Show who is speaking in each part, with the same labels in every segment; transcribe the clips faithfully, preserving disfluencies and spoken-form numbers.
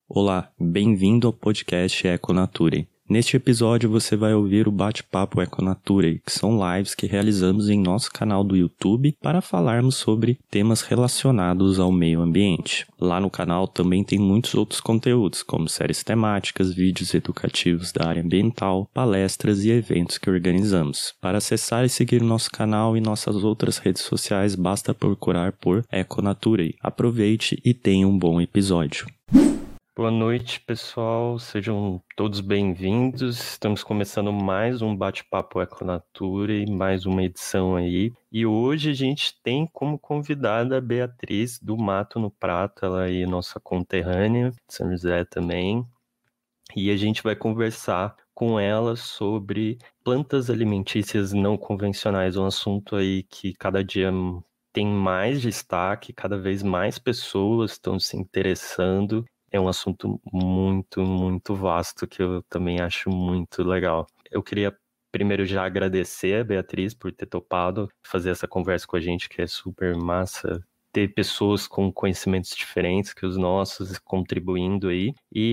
Speaker 1: Olá, bem-vindo ao podcast Econature. Neste episódio você vai ouvir o bate-papo Econature, que são lives que realizamos em nosso canal do YouTube para falarmos sobre temas relacionados ao meio ambiente. Lá no canal também tem muitos outros conteúdos, como séries temáticas, vídeos educativos da área ambiental, palestras e eventos que organizamos. Para acessar e seguir o nosso canal e nossas outras redes sociais, basta procurar por Econature. Aproveite e tenha um bom episódio. Boa noite, pessoal. Sejam todos bem-vindos. Estamos começando mais um bate-papo Econature, mais uma edição aí. E hoje a gente tem como convidada a Beatriz do Mato no Prato, ela é nossa conterrânea, de São José também. E a gente vai conversar com ela sobre plantas alimentícias não convencionais, um assunto aí que cada dia tem mais destaque, cada vez mais pessoas estão se interessando. É um assunto muito, muito vasto que eu também acho muito legal. Eu queria primeiro já agradecer a Beatriz por ter topado fazer essa conversa com a gente, que é super massa ter pessoas com conhecimentos diferentes que os nossos contribuindo aí.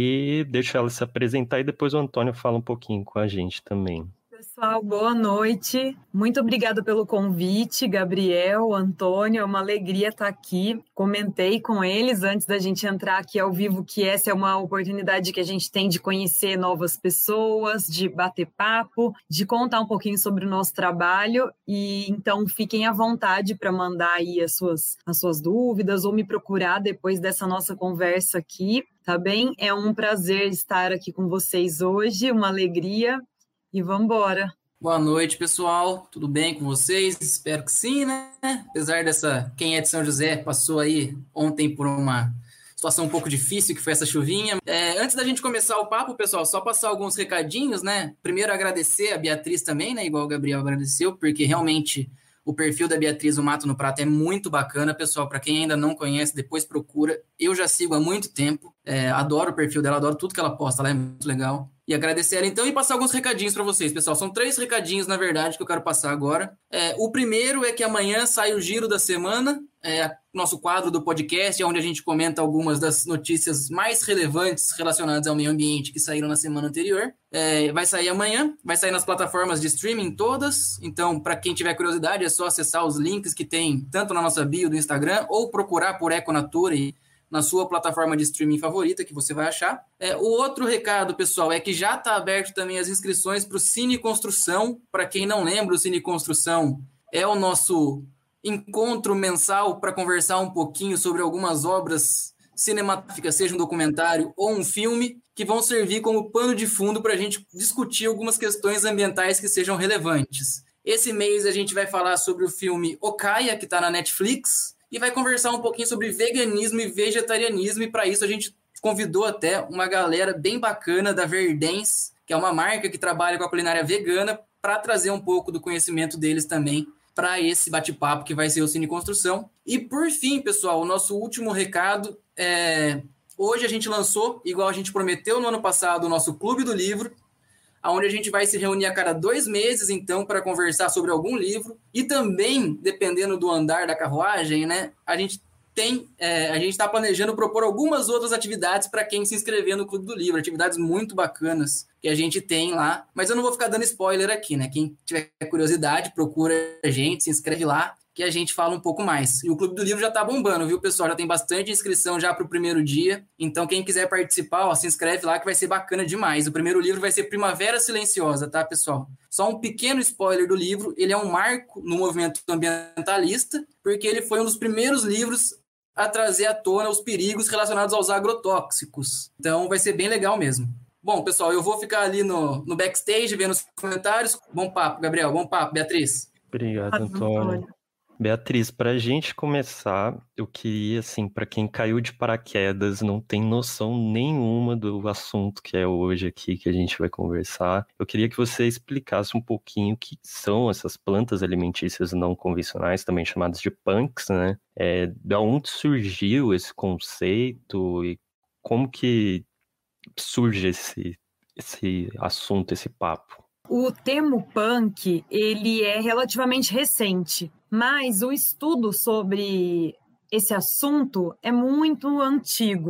Speaker 1: E deixo ela se apresentar e depois o Antônio fala um pouquinho com a gente também.
Speaker 2: Pessoal, boa noite. Muito obrigada pelo convite, Gabriel, Antônio. É uma alegria estar aqui. Comentei com eles antes da gente entrar aqui ao vivo que essa é uma oportunidade que a gente tem de conhecer novas pessoas, de bater papo, de contar um pouquinho sobre o nosso trabalho. E então fiquem à vontade para mandar aí as suas, as suas dúvidas ou me procurar depois dessa nossa conversa aqui, tá bem? É um prazer estar aqui com vocês hoje, uma alegria. E vamos embora.
Speaker 3: Boa noite, pessoal. Tudo bem com vocês? Espero que sim, né? Apesar dessa... Quem é de São José passou aí ontem por uma situação um pouco difícil, que foi essa chuvinha. É, antes da gente começar o papo, pessoal, só passar alguns recadinhos, né? Primeiro, agradecer a Beatriz também, né? Igual o Gabriel agradeceu, porque realmente o perfil da Beatriz, o Mato no Prato, é muito bacana, pessoal. Para quem ainda não conhece, depois procura. Eu já sigo há muito tempo. É, adoro o perfil dela, adoro tudo que ela posta. Ela é muito legal. E agradecer ela então e passar alguns recadinhos para vocês, pessoal. São três recadinhos, na verdade, que eu quero passar agora. É, o primeiro é que amanhã sai o Giro da Semana, é, nosso quadro do podcast, onde a gente comenta algumas das notícias mais relevantes relacionadas ao meio ambiente que saíram na semana anterior. É, vai sair amanhã, vai sair nas plataformas de streaming todas. Então, para quem tiver curiosidade, é só acessar os links que tem tanto na nossa bio do Instagram ou procurar por Econature na sua plataforma de streaming favorita, que você vai achar. É, o outro recado, pessoal, é que já está aberto também as inscrições para o Cine Construção. Para quem não lembra, o Cine Construção é o nosso encontro mensal para conversar um pouquinho sobre algumas obras cinematográficas, seja um documentário ou um filme, que vão servir como pano de fundo para a gente discutir algumas questões ambientais que sejam relevantes. Esse mês a gente vai falar sobre o filme Okaya, que está na Netflix, e vai conversar um pouquinho sobre veganismo e vegetarianismo, e para isso a gente convidou até uma galera bem bacana da Verdens, que é uma marca que trabalha com a culinária vegana, para trazer um pouco do conhecimento deles também para esse bate-papo que vai ser o Cine Construção. E por fim, pessoal, o nosso último recado é... Hoje a gente lançou, igual a gente prometeu no ano passado, o nosso Clube do Livro, onde a gente vai se reunir a cada dois meses, então, para conversar sobre algum livro. E também, dependendo do andar da carruagem, né, a gente tem, é, a gente está planejando propor algumas outras atividades para quem se inscrever no Clube do Livro, atividades muito bacanas que a gente tem lá. Mas eu não vou ficar dando spoiler aqui, né? Quem tiver curiosidade, procura a gente, se inscreve lá, que a gente fala um pouco mais. E o Clube do Livro já tá bombando, viu, pessoal? Já tem bastante inscrição já pro primeiro dia. Então, quem quiser participar, ó, se inscreve lá que vai ser bacana demais. O primeiro livro vai ser Primavera Silenciosa, tá, pessoal? Só um pequeno spoiler do livro. Ele é um marco no movimento ambientalista, porque ele foi um dos primeiros livros a trazer à tona os perigos relacionados aos agrotóxicos. Então, vai ser bem legal mesmo. Bom, pessoal, eu vou ficar ali no, no backstage, vendo os comentários. Bom papo, Gabriel. Bom papo, Beatriz.
Speaker 1: Obrigado, Antônio. Beatriz, para a gente começar, eu queria, assim, para quem caiu de paraquedas, não tem noção nenhuma do assunto que é hoje aqui, que a gente vai conversar, eu queria que você explicasse um pouquinho o que são essas plantas alimentícias não convencionais, também chamadas de punks, né? É, de onde surgiu esse conceito e como que surge esse, esse assunto, esse papo?
Speaker 2: O termo punk, ele é relativamente recente, mas o estudo sobre esse assunto é muito antigo.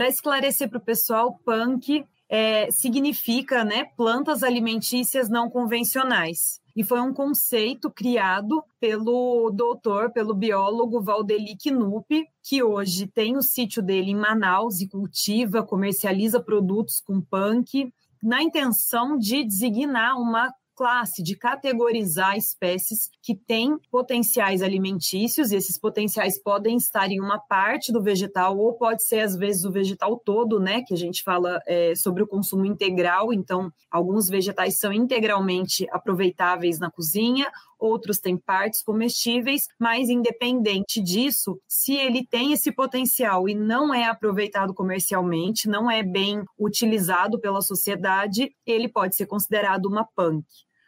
Speaker 2: para esclarecer para o pessoal, punk é, significa, né, plantas alimentícias não convencionais. E foi um conceito criado pelo doutor, pelo biólogo Valdeli Knupp, que hoje tem o sítio dele em Manaus e cultiva, comercializa produtos com punk, na intenção de designar uma classe, de categorizar espécies que têm potenciais alimentícios, e esses potenciais podem estar em uma parte do vegetal, ou pode ser, às vezes, o vegetal todo, né, que a gente fala é, sobre o consumo integral. Então, alguns vegetais são integralmente aproveitáveis na cozinha, outros têm partes comestíveis, mas independente disso, se ele tem esse potencial e não é aproveitado comercialmente, não é bem utilizado pela sociedade, ele pode ser considerado uma punk.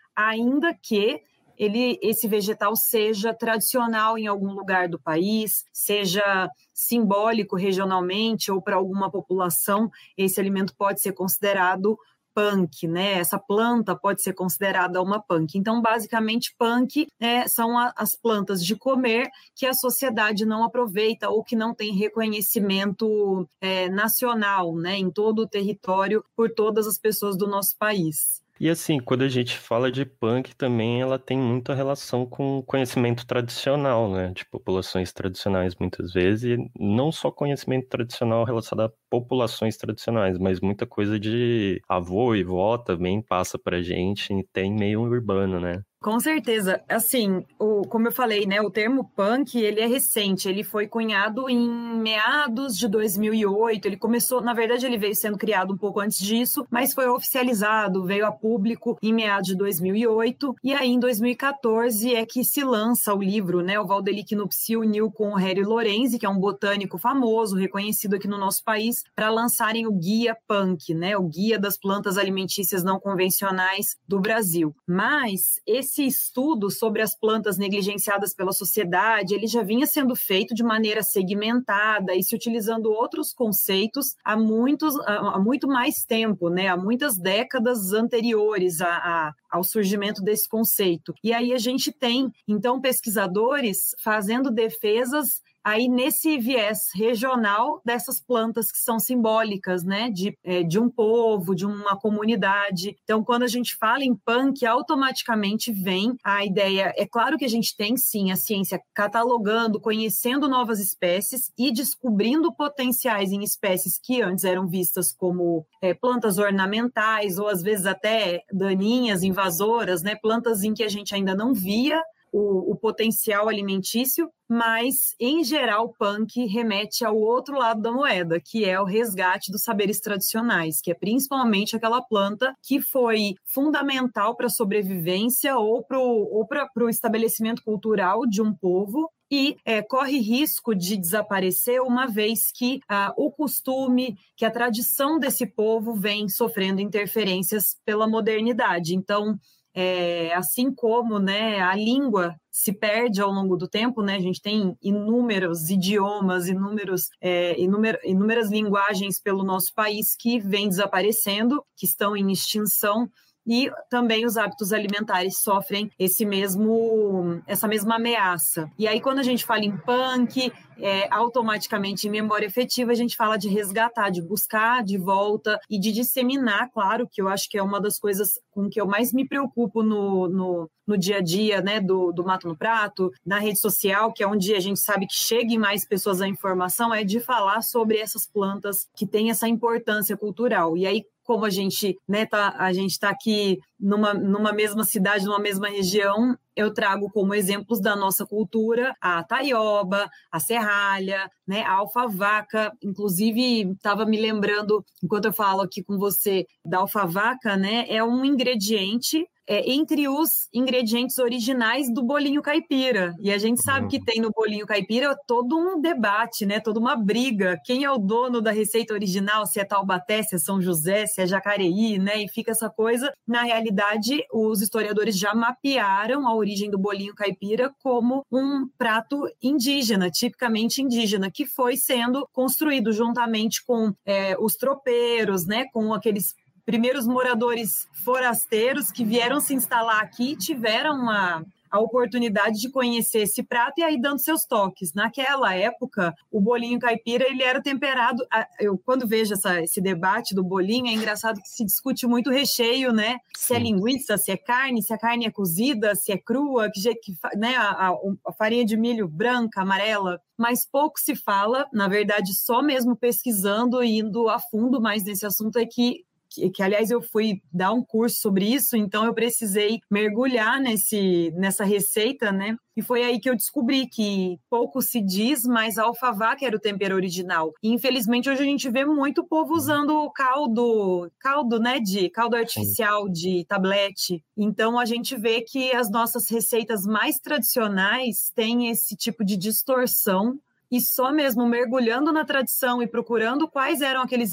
Speaker 2: Ainda que ele, esse vegetal seja tradicional em algum lugar do país, seja simbólico regionalmente ou para alguma população, esse alimento pode ser considerado punk, né? Essa planta pode ser considerada uma punk. Então, basicamente, punk é, são a, as plantas de comer que a sociedade não aproveita ou que não tem reconhecimento é, nacional, né? Em todo o território por todas as pessoas do nosso país.
Speaker 1: E assim, quando a gente fala de punk também, ela tem muita relação com conhecimento tradicional, né? De populações tradicionais, muitas vezes, e não só conhecimento tradicional relacionado a populações tradicionais, mas muita coisa de avô e vó também passa pra gente e tem meio urbano, né?
Speaker 2: Com certeza. Assim, o, como eu falei, né, o termo punk, ele é recente, ele foi cunhado em meados de dois mil e oito, ele começou, na verdade ele veio sendo criado um pouco antes disso, mas foi oficializado, veio a público em meados de dois mil e oito, e aí em dois mil e quatorze é que se lança o livro, né, o Valdeli Knupp se uniu com o Harry Lorenzi, que é um botânico famoso, reconhecido aqui no nosso país, para lançarem o Guia Punk, né, o Guia das Plantas Alimentícias Não Convencionais do Brasil. Mas esse Esse estudo sobre as plantas negligenciadas pela sociedade, ele já vinha sendo feito de maneira segmentada e se utilizando outros conceitos há, muitos, há muito mais tempo, né? Há muitas décadas anteriores a, a, ao surgimento desse conceito. E aí a gente tem, então, pesquisadores fazendo defesas aí nesse viés regional dessas plantas que são simbólicas, né, de, de um povo, de uma comunidade. Então, quando a gente fala em punk, automaticamente vem a ideia, é claro que a gente tem sim a ciência catalogando, conhecendo novas espécies e descobrindo potenciais em espécies que antes eram vistas como é, plantas ornamentais ou às vezes até daninhas, invasoras, né, plantas em que a gente ainda não via O, o potencial alimentício, mas, em geral, o punk remete ao outro lado da moeda, que é o resgate dos saberes tradicionais, que é principalmente aquela planta que foi fundamental para a sobrevivência ou para ou para o estabelecimento cultural de um povo, e é, corre risco de desaparecer uma vez que ah, o costume, que a tradição desse povo vem sofrendo interferências pela modernidade. Então, É, assim como, né, a língua se perde ao longo do tempo, né, a gente tem inúmeros idiomas, inúmeros, é, inúmer, inúmeras linguagens pelo nosso país que vêm desaparecendo, que estão em extinção, e também os hábitos alimentares sofrem esse mesmo, essa mesma ameaça. E aí, quando a gente fala em punk, é, automaticamente em memória efetiva, a gente fala de resgatar, de buscar de volta e de disseminar, claro, que eu acho que é uma das coisas com que eu mais me preocupo no, no, no dia a dia, né, do, do Mato no Prato, na rede social, que é onde a gente sabe que cheguem mais pessoas à informação, é de falar sobre essas plantas que têm essa importância cultural. E aí, como a gente, né, tá, a gente está aqui numa, numa mesma cidade, numa mesma região, eu trago como exemplos da nossa cultura a taioba, a serralha, né, a alfavaca. Inclusive, estava me lembrando, enquanto eu falo aqui com você, da alfavaca, né, é um ingrediente É, entre os ingredientes originais do bolinho caipira. E a gente sabe que tem no bolinho caipira todo um debate, né? Toda uma briga. Quem é o dono da receita original? Se é Taubaté, se é São José, se é Jacareí, né? E fica essa coisa. Na realidade, os historiadores já mapearam a origem do bolinho caipira como um prato indígena, tipicamente indígena, que foi sendo construído juntamente com é, os tropeiros, né? Com aqueles primeiros moradores forasteiros que vieram se instalar aqui e tiveram a, a oportunidade de conhecer esse prato e aí dando seus toques. Naquela época, o bolinho caipira, ele era temperado... Eu, quando vejo essa, esse debate do bolinho, é engraçado que se discute muito o recheio, né? Se é linguiça, se é carne, se a carne é cozida, se é crua, que, que, né? a, a, a farinha de milho branca, amarela... Mas pouco se fala, na verdade, só mesmo pesquisando e indo a fundo mais nesse assunto é que, que, que, aliás, eu fui dar um curso sobre isso, então eu precisei mergulhar nesse, nessa receita, né? E foi aí que eu descobri que pouco se diz, mas a alfavaca era o tempero original. E, infelizmente, hoje a gente vê muito povo usando caldo, caldo, né, de caldo artificial, de tablete. Então, a gente vê que as nossas receitas mais tradicionais têm esse tipo de distorção. E só mesmo mergulhando na tradição e procurando quais eram aqueles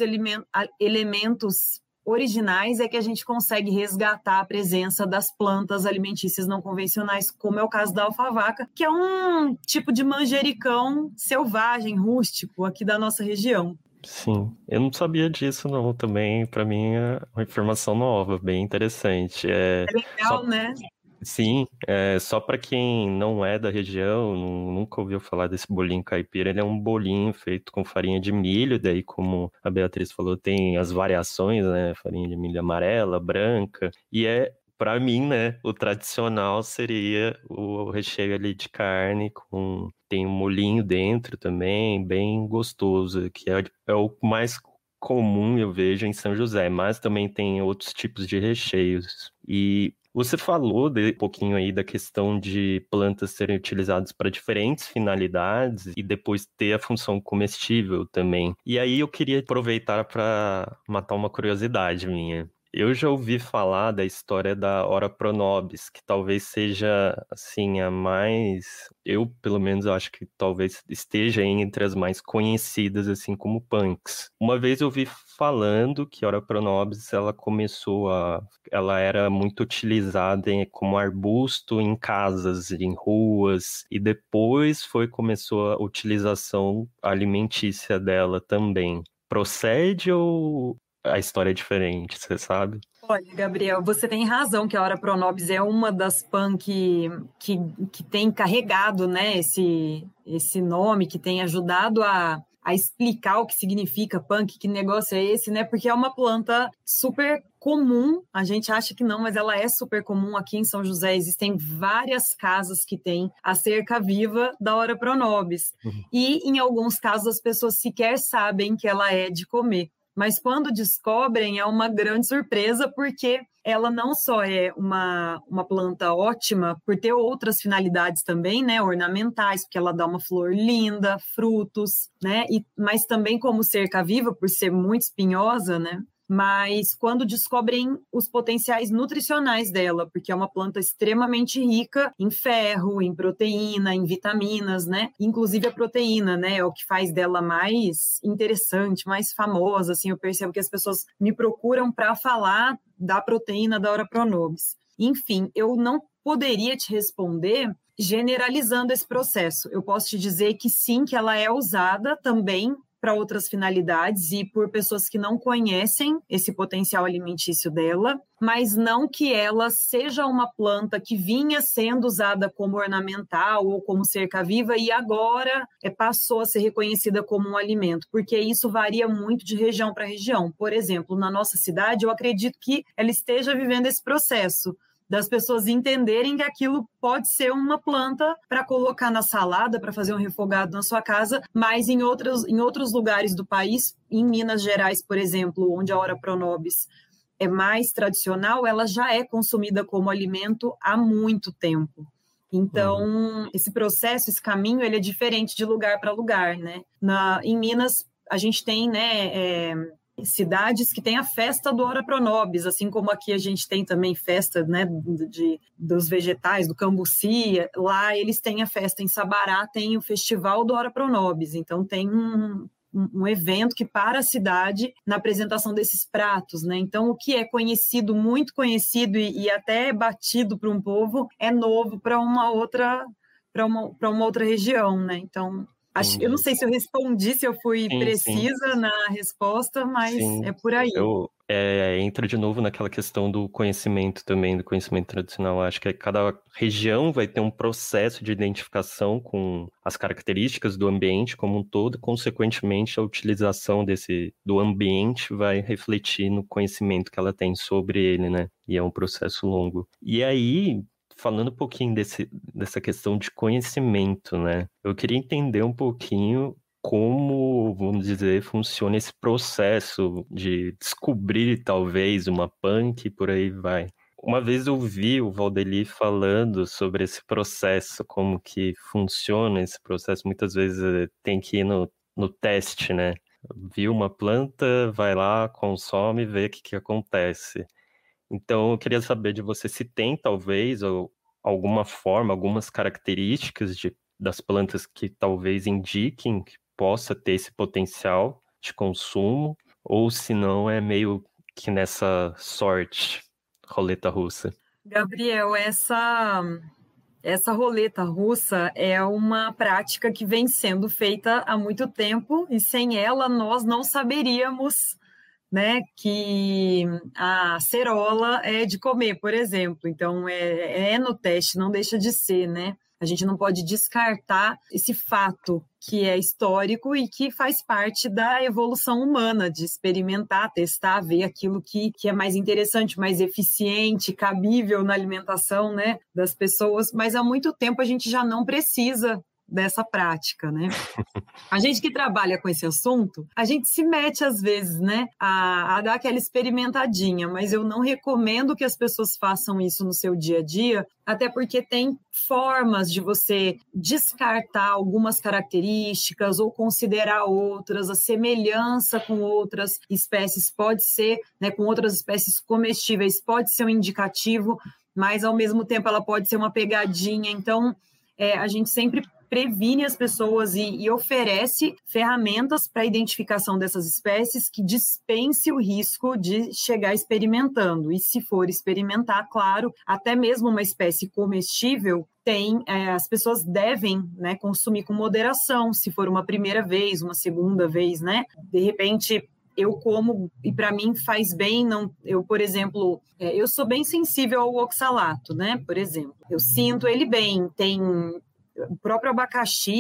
Speaker 2: elementos originais é que a gente consegue resgatar a presença das plantas alimentícias não convencionais, como é o caso da alfavaca, que é um tipo de manjericão selvagem, rústico, aqui da nossa região.
Speaker 1: Sim, eu não sabia disso não, também para mim é uma informação nova, bem interessante. É,
Speaker 2: é legal,
Speaker 1: só...
Speaker 2: né?
Speaker 1: Sim, é, só para quem não é da região, nunca ouviu falar desse bolinho caipira, ele é um bolinho feito com farinha de milho, daí como a Beatriz falou, tem as variações, né, farinha de milho amarela, branca, e é, para mim, né, o tradicional seria o recheio ali de carne, com tem um molhinho dentro também, bem gostoso, que é, é o mais comum eu vejo em São José, mas também tem outros tipos de recheios. E você falou de, um pouquinho aí da questão de plantas serem utilizadas para diferentes finalidades e depois ter a função comestível também. E aí eu queria aproveitar para matar uma curiosidade minha. Eu já ouvi falar da história da Ora Pro Nobis, que talvez seja, assim, a mais... Eu, pelo menos, acho que talvez esteja entre as mais conhecidas, assim, como punks. Uma vez eu vi falando que a Ora Pro Nobis, ela começou a... Ela era muito utilizada como arbusto em casas, em ruas, e depois foi começou a utilização alimentícia dela também. Procede ou... a história é diferente, você sabe?
Speaker 2: Olha, Gabriel, você tem razão que a Ora Pro Nobis é uma das P A N que, que, que tem carregado, né, esse, esse nome, que tem ajudado a, a explicar o que significa punk, que negócio é esse, né? Porque é uma planta super comum, a gente acha que não, mas ela é super comum aqui em São José. Existem várias casas que têm a cerca viva da Ora Pro Nobis. Uhum. E, em alguns casos, as pessoas sequer sabem que ela é de comer. Mas quando descobrem, é uma grande surpresa, porque ela não só é uma, uma planta ótima por ter outras finalidades também, né, ornamentais, porque ela dá uma flor linda, frutos, né, e, mas também como cerca-viva, por ser muito espinhosa, né, mas quando descobrem os potenciais nutricionais dela, porque é uma planta extremamente rica em ferro, em proteína, em vitaminas, né? Inclusive a proteína, né? É o que faz dela mais interessante, mais famosa, assim, eu percebo que as pessoas me procuram para falar da proteína da Ora Pro Nobis. Enfim, eu não poderia te responder generalizando esse processo. Eu posso te dizer que sim, que ela é usada também para outras finalidades e por pessoas que não conhecem esse potencial alimentício dela, mas não que ela seja uma planta que vinha sendo usada como ornamental ou como cerca-viva e agora passou a ser reconhecida como um alimento, porque isso varia muito de região para região. Por exemplo, na nossa cidade, eu acredito que ela esteja vivendo esse processo das pessoas entenderem que aquilo pode ser uma planta para colocar na salada, para fazer um refogado na sua casa, mas em outros, em outros lugares do país, em Minas Gerais, por exemplo, onde a Ora Pro Nobis é mais tradicional, ela já é consumida como alimento há muito tempo. Então, uhum. esse processo, esse caminho, ele é diferente de lugar para lugar, né? Na, em Minas, a gente tem, né... É, cidades que têm a festa do Ora Pro Nobis, assim como aqui a gente tem também festa, né, de, dos vegetais, do cambuci. Lá eles têm a festa em Sabará, tem o festival do Ora Pro Nobis, então tem um, um, um evento que para a cidade na apresentação desses pratos, né? Então o que é conhecido, muito conhecido e, e até batido para um povo, é novo para uma outra para uma, para uma outra região, né? Então Acho, eu não sei se eu respondi, se eu fui
Speaker 1: sim,
Speaker 2: precisa
Speaker 1: sim.
Speaker 2: na resposta, mas
Speaker 1: Sim.
Speaker 2: é por aí.
Speaker 1: Eu é, entro de novo naquela questão do conhecimento também, do conhecimento tradicional. Acho que cada região vai ter um processo de identificação com as características do ambiente como um todo, consequentemente a utilização desse do ambiente vai refletir no conhecimento que ela tem sobre ele, né? E é um processo longo. E aí, falando um pouquinho desse, dessa questão de conhecimento, né? Eu queria entender um pouquinho como, vamos dizer, funciona esse processo de descobrir, talvez, uma punk e por aí vai. Uma vez eu vi o Valdeli falando sobre esse processo, como que funciona esse processo. Muitas vezes eh, tem que ir no, no teste, né? Viu uma planta, vai lá, consome, vê o que, que acontece. Então, eu queria saber de você se tem, talvez, ou alguma forma, algumas características de, das plantas que talvez indiquem que possa ter esse potencial de consumo, ou se não é meio que nessa sorte, roleta russa.
Speaker 2: Gabriel, essa, essa roleta russa é uma prática que vem sendo feita há muito tempo e sem ela nós não saberíamos, né, que a cerola é de comer, por exemplo. Então, é, é no teste, não deixa de ser, né? A gente não pode descartar esse fato que é histórico e que faz parte da evolução humana, de experimentar, testar, ver aquilo que, que é mais interessante, mais eficiente, cabível na alimentação, né, das pessoas. Mas há muito tempo a gente já não precisa dessa prática, né? A gente que trabalha com esse assunto, a gente se mete às vezes, né, a, a dar aquela experimentadinha, mas eu não recomendo que as pessoas façam isso no seu dia a dia, até porque tem formas de você descartar algumas características ou considerar outras, a semelhança com outras espécies pode ser, né, com outras espécies comestíveis pode ser um indicativo, mas ao mesmo tempo ela pode ser uma pegadinha, então é, a gente sempre previne as pessoas e, e oferece ferramentas para a identificação dessas espécies que dispense o risco de chegar experimentando. E se for experimentar, claro, até mesmo uma espécie comestível, tem, é, as pessoas devem, né, consumir com moderação, se for uma primeira vez, uma segunda vez, né? De repente, eu como e para mim faz bem, não, eu, por exemplo, é, eu sou bem sensível ao oxalato, né? Por exemplo, eu sinto ele bem, tem o próprio abacaxi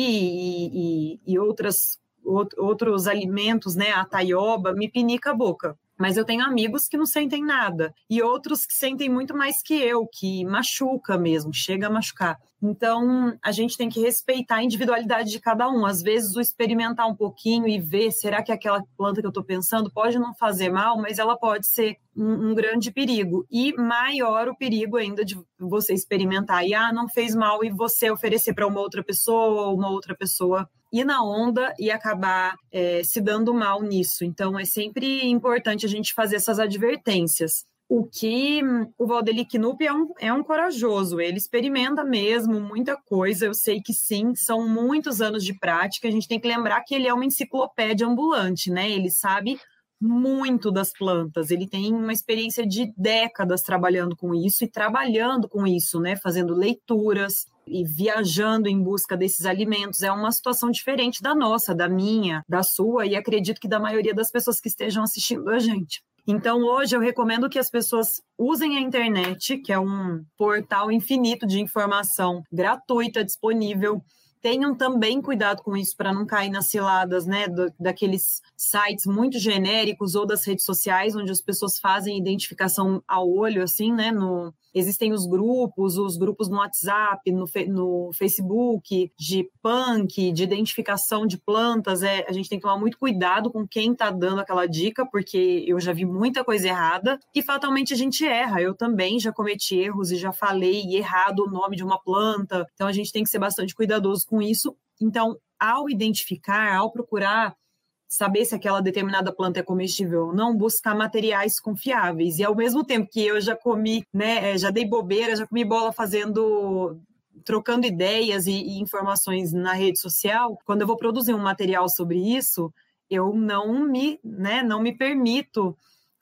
Speaker 2: e, e, e outras, outros alimentos, né, a taioba, me pinica a boca. Mas eu tenho amigos que não sentem nada. E outros que sentem muito mais que eu, que machuca mesmo, chega a machucar. Então, a gente tem que respeitar a individualidade de cada um. Às vezes, o experimentar um pouquinho e ver, será que aquela planta que eu estou pensando pode não fazer mal, mas ela pode ser um, um grande perigo. E maior o perigo ainda de você experimentar e, ah, não fez mal, e você oferecer para uma outra pessoa ou uma outra pessoa ir na onda e acabar é, se dando mal nisso. Então, é sempre importante a gente fazer essas advertências. O que o Valdeli Knupp é um, é um corajoso, ele experimenta mesmo muita coisa, eu sei que sim, são muitos anos de prática, a gente tem que lembrar que ele é uma enciclopédia ambulante, né? Ele sabe muito das plantas, ele tem uma experiência de décadas trabalhando com isso e trabalhando com isso, né? Fazendo leituras e viajando em busca desses alimentos. É uma situação diferente da nossa, da minha, da sua e acredito que da maioria das pessoas que estejam assistindo a gente. Então, hoje eu recomendo que as pessoas usem a internet, que é um portal infinito de informação gratuita, disponível. Tenham também cuidado com isso para não cair nas ciladas, né, do, daqueles sites muito genéricos ou das redes sociais, onde as pessoas fazem identificação ao olho, assim, né, no... Existem os grupos, os grupos no WhatsApp, no, no Facebook, de punk, de identificação de plantas. É, a gente tem que tomar muito cuidado com quem está dando aquela dica, porque eu já vi muita coisa errada e fatalmente a gente erra. Eu também já cometi erros e já falei errado o nome de uma planta. Então a gente tem que ser bastante cuidadoso com isso. Então, ao identificar, ao procurar saber se aquela determinada planta é comestível ou não, buscar materiais confiáveis. E ao mesmo tempo que eu já comi, né, já dei bobeira, já comi bola fazendo, trocando ideias e, e informações na rede social, quando eu vou produzir um material sobre isso, eu não me, né, não me permito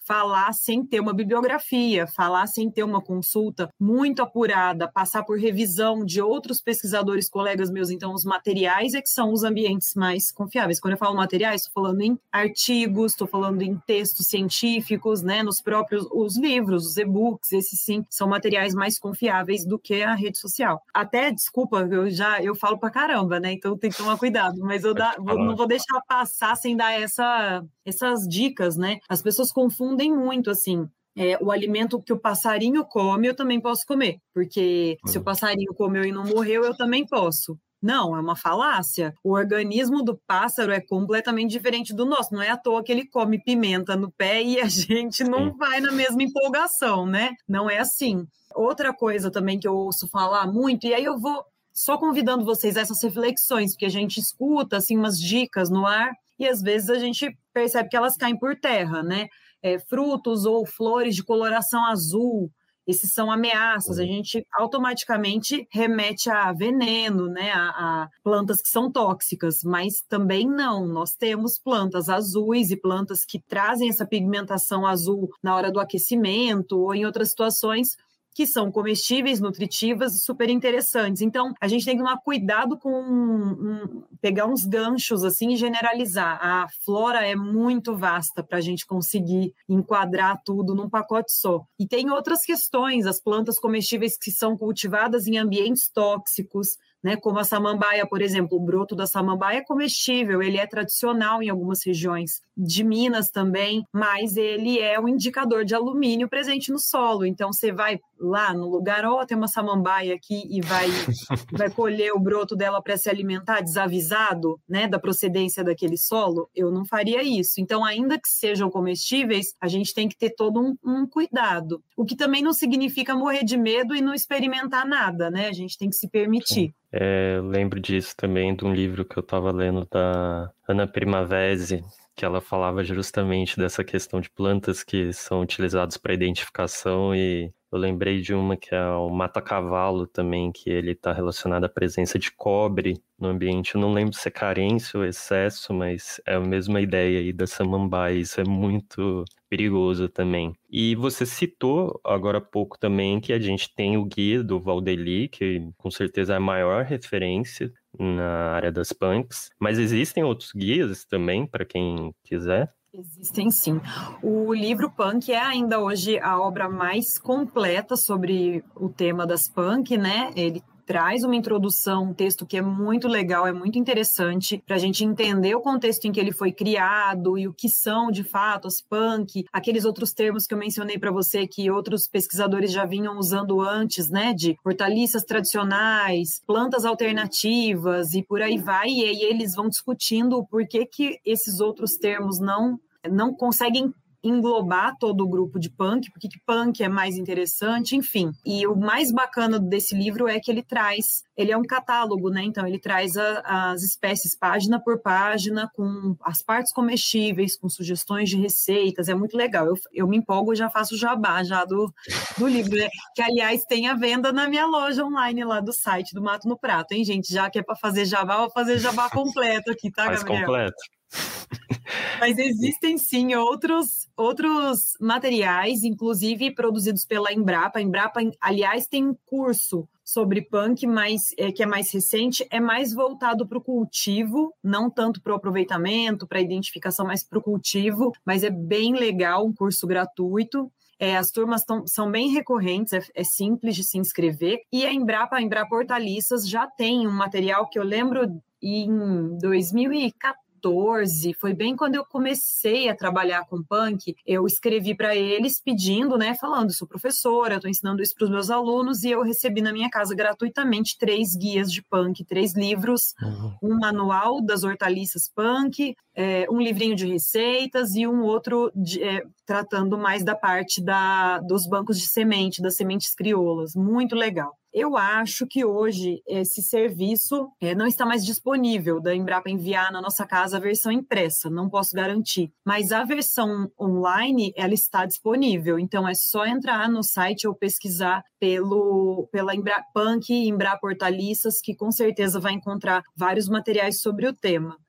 Speaker 2: falar sem ter uma bibliografia, falar sem ter uma consulta muito apurada, passar por revisão de outros pesquisadores, colegas meus. Então, os materiais é que são os ambientes mais confiáveis. Quando eu falo materiais, estou falando em artigos, estou falando em textos científicos, né, nos próprios os livros, os e-books, esses sim são materiais mais confiáveis do que a rede social. Até, desculpa, eu já eu falo pra caramba, né? Então tem que tomar cuidado, mas eu dá, vou, não vou deixar passar sem dar essa, essas dicas, né? As pessoas confundem muito, assim. É, o alimento que o passarinho come, eu também posso comer, porque uhum. se o passarinho comeu e não morreu, eu também posso. Não, é uma falácia. O organismo do pássaro é completamente diferente do nosso. Não é à toa que ele come pimenta no pé e a gente não Sim. vai na mesma empolgação, né? Não é assim. Outra coisa também que eu ouço falar muito, e aí eu vou só convidando vocês a essas reflexões, porque a gente escuta assim, umas dicas no ar e às vezes a gente percebe que elas caem por terra, né? É, frutos ou flores de coloração azul, esses são ameaças, a gente automaticamente remete a veneno, né, a, a plantas que são tóxicas, mas também não, nós temos plantas azuis e plantas que trazem essa pigmentação azul na hora do aquecimento ou em outras situações que são comestíveis, nutritivas e super interessantes. Então, a gente tem que tomar cuidado com um, um, pegar uns ganchos assim e generalizar. A flora é muito vasta para a gente conseguir enquadrar tudo num pacote só. E tem outras questões, as plantas comestíveis que são cultivadas em ambientes tóxicos, né, como a samambaia, por exemplo, o broto da samambaia é comestível, ele é tradicional em algumas regiões de Minas também, mas ele é um indicador de alumínio presente no solo. Então, você vai lá no lugar, ó, oh, tem uma samambaia aqui e vai, vai colher o broto dela para se alimentar desavisado, né, da procedência daquele solo, eu não faria isso. Então, ainda que sejam comestíveis, a gente tem que ter todo um, um cuidado. O que também não significa morrer de medo e não experimentar nada, né? A gente tem que se permitir.
Speaker 4: É, eu lembro disso também de um livro que eu estava lendo da Ana Primavesi, que ela falava justamente dessa questão de plantas que são utilizadas para identificação, e eu lembrei de uma que é o mata-cavalo também, que ele está relacionado à presença de cobre no ambiente. Eu não lembro se é carência ou excesso, mas é a mesma ideia aí da samambaia. Isso é muito perigoso também. E você citou agora há pouco também que a gente tem o guia do Valdeli, que com certeza é a maior referência na área das punks, mas existem outros guias também para quem quiser?
Speaker 2: Existem sim. O livro Punk é ainda hoje a obra mais completa sobre o tema das punk, né? Ele traz uma introdução, um texto que é muito legal, é muito interessante para a gente entender o contexto em que ele foi criado e o que são, de fato, as punk, aqueles outros termos que eu mencionei para você que outros pesquisadores já vinham usando antes, né, de hortaliças tradicionais, plantas alternativas e por aí vai, e aí eles vão discutindo o porquê que esses outros termos não, não conseguem englobar todo o grupo de punk, porque que punk é mais interessante, enfim. E o mais bacana desse livro é que ele traz, ele é um catálogo, né? Então ele traz a, as espécies página por página, com as partes comestíveis, com sugestões de receitas, é muito legal. Eu, eu me empolgo e já faço jabá já do, do livro, né? Que aliás tem a venda na minha loja online lá do site do Mato no Prato, hein, gente? Já que é para fazer jabá, vou fazer jabá completo aqui, tá,
Speaker 4: Faz
Speaker 2: Gabriel?
Speaker 4: completo.
Speaker 2: Mas existem sim outros, outros materiais, inclusive produzidos pela Embrapa. A Embrapa, aliás, tem um curso sobre punk, mas é, que é mais recente, é mais voltado para o cultivo, não tanto para o aproveitamento, para a identificação, mas para o cultivo. Mas é bem legal, um curso gratuito. É, as turmas tão, são bem recorrentes, é, é simples de se inscrever. E a Embrapa, a Embrapa Hortaliças, já tem um material que eu lembro em dois mil e quatorze, foi bem quando eu comecei a trabalhar com punk, eu escrevi para eles pedindo, né, falando, sou professora, eu estou ensinando isso para os meus alunos e eu recebi na minha casa gratuitamente três guias de punk, três livros, uhum. um manual das hortaliças punk, é, um livrinho de receitas e um outro de, é, tratando mais da parte da, dos bancos de semente, das sementes crioulas, muito legal. Eu acho que hoje esse serviço é, não está mais disponível da Embrapa enviar na nossa casa a versão impressa, não posso garantir. Mas a versão online, ela está disponível, então é só entrar no site ou pesquisar pelo, pela Embrapa Punk e Embrapa Hortaliças, que com certeza vai encontrar vários materiais sobre o tema.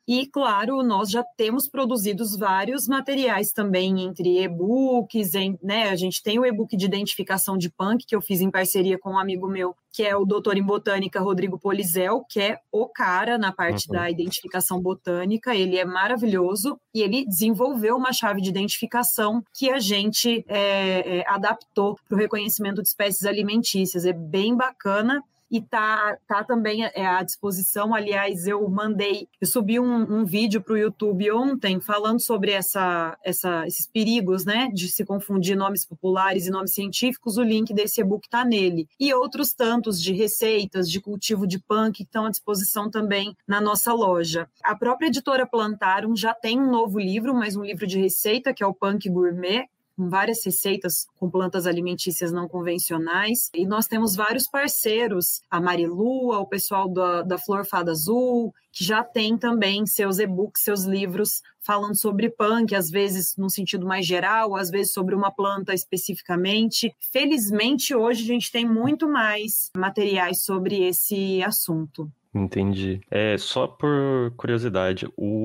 Speaker 2: E, claro, nós já temos produzidos vários materiais também, entre e-books, em, né? A gente tem o e-book de identificação de punk, que eu fiz em parceria com um amigo meu, que é o doutor em botânica Rodrigo Polizel, que é o cara na parte uhum. da identificação botânica. Ele é maravilhoso e ele desenvolveu uma chave de identificação que a gente é, é, adaptou para o reconhecimento de espécies alimentícias. É bem bacana. E tá, tá também à disposição. Aliás, eu mandei, eu subi um, um vídeo para o YouTube ontem falando sobre essa, essa, esses perigos, né, de se confundir nomes populares e nomes científicos. O link desse e-book está nele. E outros tantos de receitas, de cultivo de punk que estão à disposição também na nossa loja. A própria editora Plantarum já tem um novo livro, mas um livro de receita, que é o Punk Gourmet, com várias receitas com plantas alimentícias não convencionais. E nós temos vários parceiros, a Marilua, o pessoal da, da Flor Fada Azul, que já tem também seus e-books, seus livros falando sobre punk, às vezes num sentido mais geral, às vezes sobre uma planta especificamente. Felizmente, hoje a gente tem muito mais materiais sobre esse assunto.
Speaker 4: Entendi. É, só por curiosidade,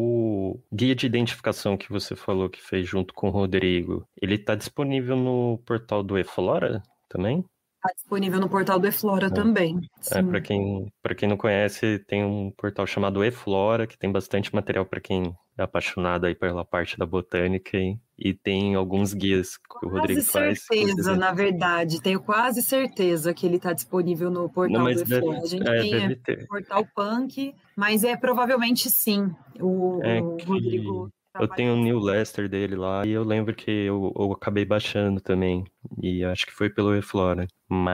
Speaker 4: o guia de identificação que você falou que fez junto com o Rodrigo, ele está disponível no portal do eFlora também?
Speaker 2: Está disponível no portal do eFlora é. também.
Speaker 4: Sim. É, para quem, para quem não conhece, tem um portal chamado eFlora, que tem bastante material para quem é apaixonado aí pela parte da botânica e, e tem alguns guias que quase o Rodrigo faz.
Speaker 2: Quase certeza, na verdade. Tenho quase certeza que ele está disponível no portal não, do eFlora. A gente é, tem é, o portal Punk, mas é provavelmente sim. O,
Speaker 4: é
Speaker 2: o
Speaker 4: que...
Speaker 2: Rodrigo...
Speaker 4: Eu tenho o New Lester dele lá e eu lembro que eu, eu acabei baixando também. E acho que foi pelo eFlora.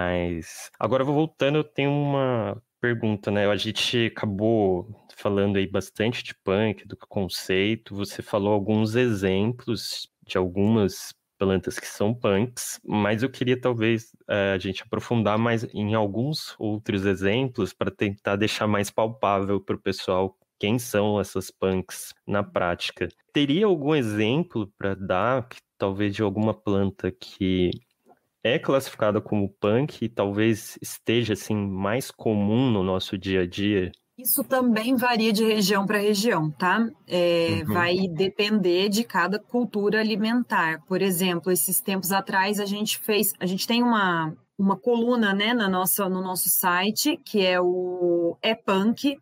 Speaker 4: Mas agora voltando, eu tenho uma pergunta, né? A gente acabou falando aí bastante de punk, do conceito. Você falou alguns exemplos de algumas plantas que são punks, mas eu queria talvez a gente aprofundar mais em alguns outros exemplos para tentar deixar mais palpável para o pessoal quem são essas punks na prática. Teria algum exemplo para dar, que, talvez, de alguma planta que é classificada como punk e talvez esteja assim, mais comum no nosso dia a dia?
Speaker 2: Isso também varia de região para região, tá? É, uhum. Vai depender de cada cultura alimentar. Por exemplo, esses tempos atrás a gente fez, a gente tem uma, uma coluna, né, na nossa, no nosso site, que é o É Punk,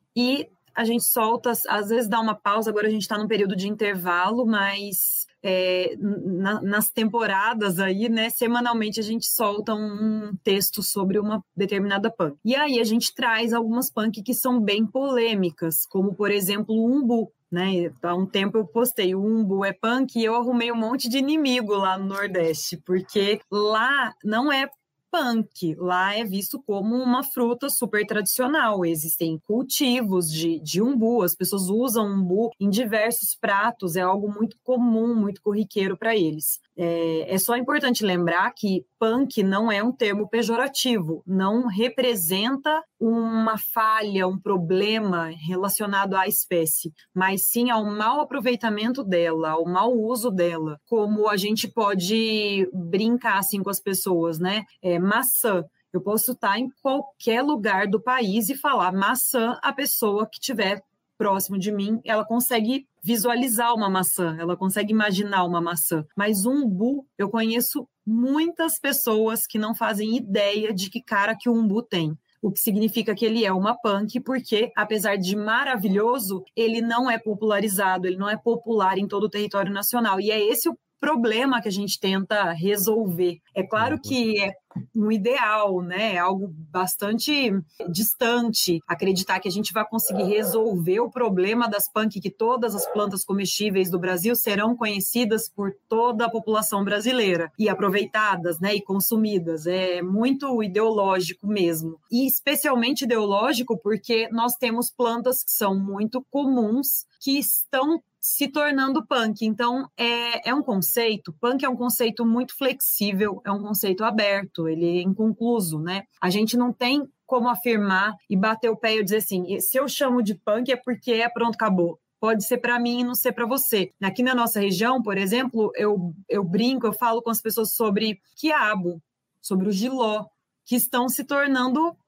Speaker 2: e a gente solta, às vezes dá uma pausa, agora a gente está num período de intervalo, mas é, na, nas temporadas aí, né, semanalmente a gente solta um texto sobre uma determinada punk. E aí a gente traz algumas punk que são bem polêmicas, como, por exemplo, o umbu. Né? Há um tempo eu postei, o umbu é punk, e eu arrumei um monte de inimigo lá no Nordeste, porque lá não é punk, lá é visto como uma fruta super tradicional, existem cultivos de, de umbu, as pessoas usam umbu em diversos pratos, é algo muito comum, muito corriqueiro para eles. É, é só importante lembrar que punk não é um termo pejorativo, não representa uma falha, um problema relacionado à espécie, mas sim ao mau aproveitamento dela, ao mau uso dela, como a gente pode brincar assim com as pessoas, né? É, maçã. Eu posso estar em qualquer lugar do país e falar maçã, a pessoa que tiver próximo de mim, ela consegue visualizar uma maçã, ela consegue imaginar uma maçã. Mas umbu, eu conheço muitas pessoas que não fazem ideia de que cara que o umbu tem. O que significa que ele é uma punk, porque, apesar de maravilhoso, ele não é popularizado, ele não é popular em todo o território nacional. E é esse o problema que a gente tenta resolver. É claro que é um ideal, né? É algo bastante distante acreditar que a gente vai conseguir resolver o problema das punk, que todas as plantas comestíveis do Brasil serão conhecidas por toda a população brasileira e aproveitadas, né? E consumidas. É muito ideológico mesmo. E especialmente ideológico porque nós temos plantas que são muito comuns, que estão se tornando punk. Então, é, é um conceito, punk é um conceito muito flexível, é um conceito aberto, ele é inconcluso, né? A gente não tem como afirmar e bater o pé e dizer assim, se eu chamo de punk é porque é pronto, acabou. Pode ser para mim e não ser para você. Aqui na nossa região, por exemplo, eu, eu brinco, eu falo com as pessoas sobre quiabo, sobre o jiló, que estão se tornando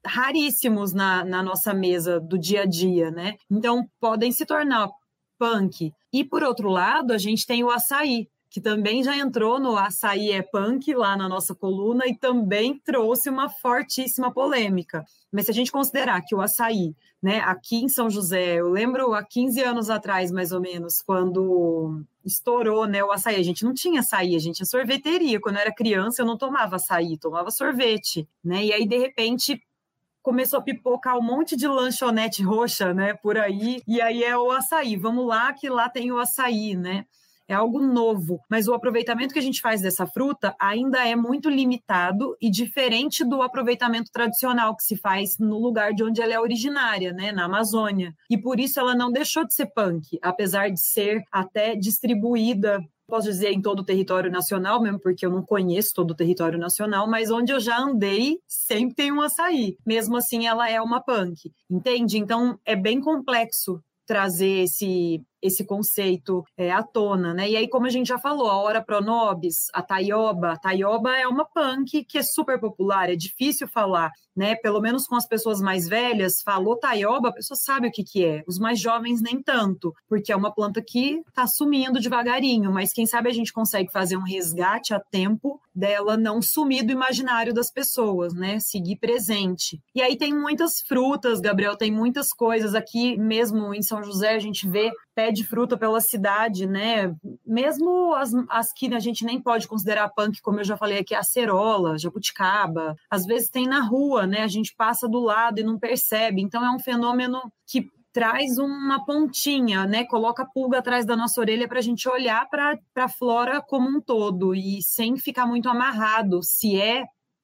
Speaker 2: raríssimos na, na nossa mesa do dia a dia, né? Então, podem se tornar punk. E, por outro lado, a gente tem o açaí, que também já entrou no Açaí é Punk, lá na nossa coluna, e também trouxe uma fortíssima polêmica. Mas se a gente considerar que o açaí, né, aqui em São José, eu lembro há quinze anos atrás, mais ou menos, quando estourou, né, o açaí, a gente não tinha açaí, a gente tinha sorveteria. Quando eu era criança, eu não tomava açaí, tomava sorvete, né? E aí, de repente, começou a pipocar um monte de lanchonete roxa, né, por aí, e aí é o açaí. Vamos lá, que lá tem o açaí, né? É algo novo, mas o aproveitamento que a gente faz dessa fruta ainda é muito limitado e diferente do aproveitamento tradicional que se faz no lugar de onde ela é originária, né, na Amazônia. E por isso ela não deixou de ser punk, apesar de ser até distribuída, posso dizer, em todo o território nacional, mesmo porque eu não conheço todo o território nacional, mas onde eu já andei, sempre tem um açaí. Mesmo assim, ela é uma punk, entende? Então, é bem complexo trazer esse, esse conceito é, à tona, né? E aí, como a gente já falou, a Ora Pro Nobis, a Taioba, a Taioba é uma punk que é super popular, é difícil falar, né? Pelo menos com as pessoas mais velhas, falou Taioba, a pessoa sabe o que que é. Os mais jovens nem tanto, porque é uma planta que está sumindo devagarinho, mas quem sabe a gente consegue fazer um resgate a tempo dela não sumir do imaginário das pessoas, né? Seguir presente. E aí tem muitas frutas, Gabriel, tem muitas coisas aqui, mesmo em São José, a gente vê pé de fruta pela cidade, né? Mesmo as, as que a gente nem pode considerar punk, como eu já falei aqui, acerola, jabuticaba, às vezes tem na rua, né? A gente passa do lado e não percebe. Então é um fenômeno que traz uma pontinha, né? Coloca a pulga atrás da nossa orelha para a gente olhar para a flora como um todo e sem ficar muito amarrado se é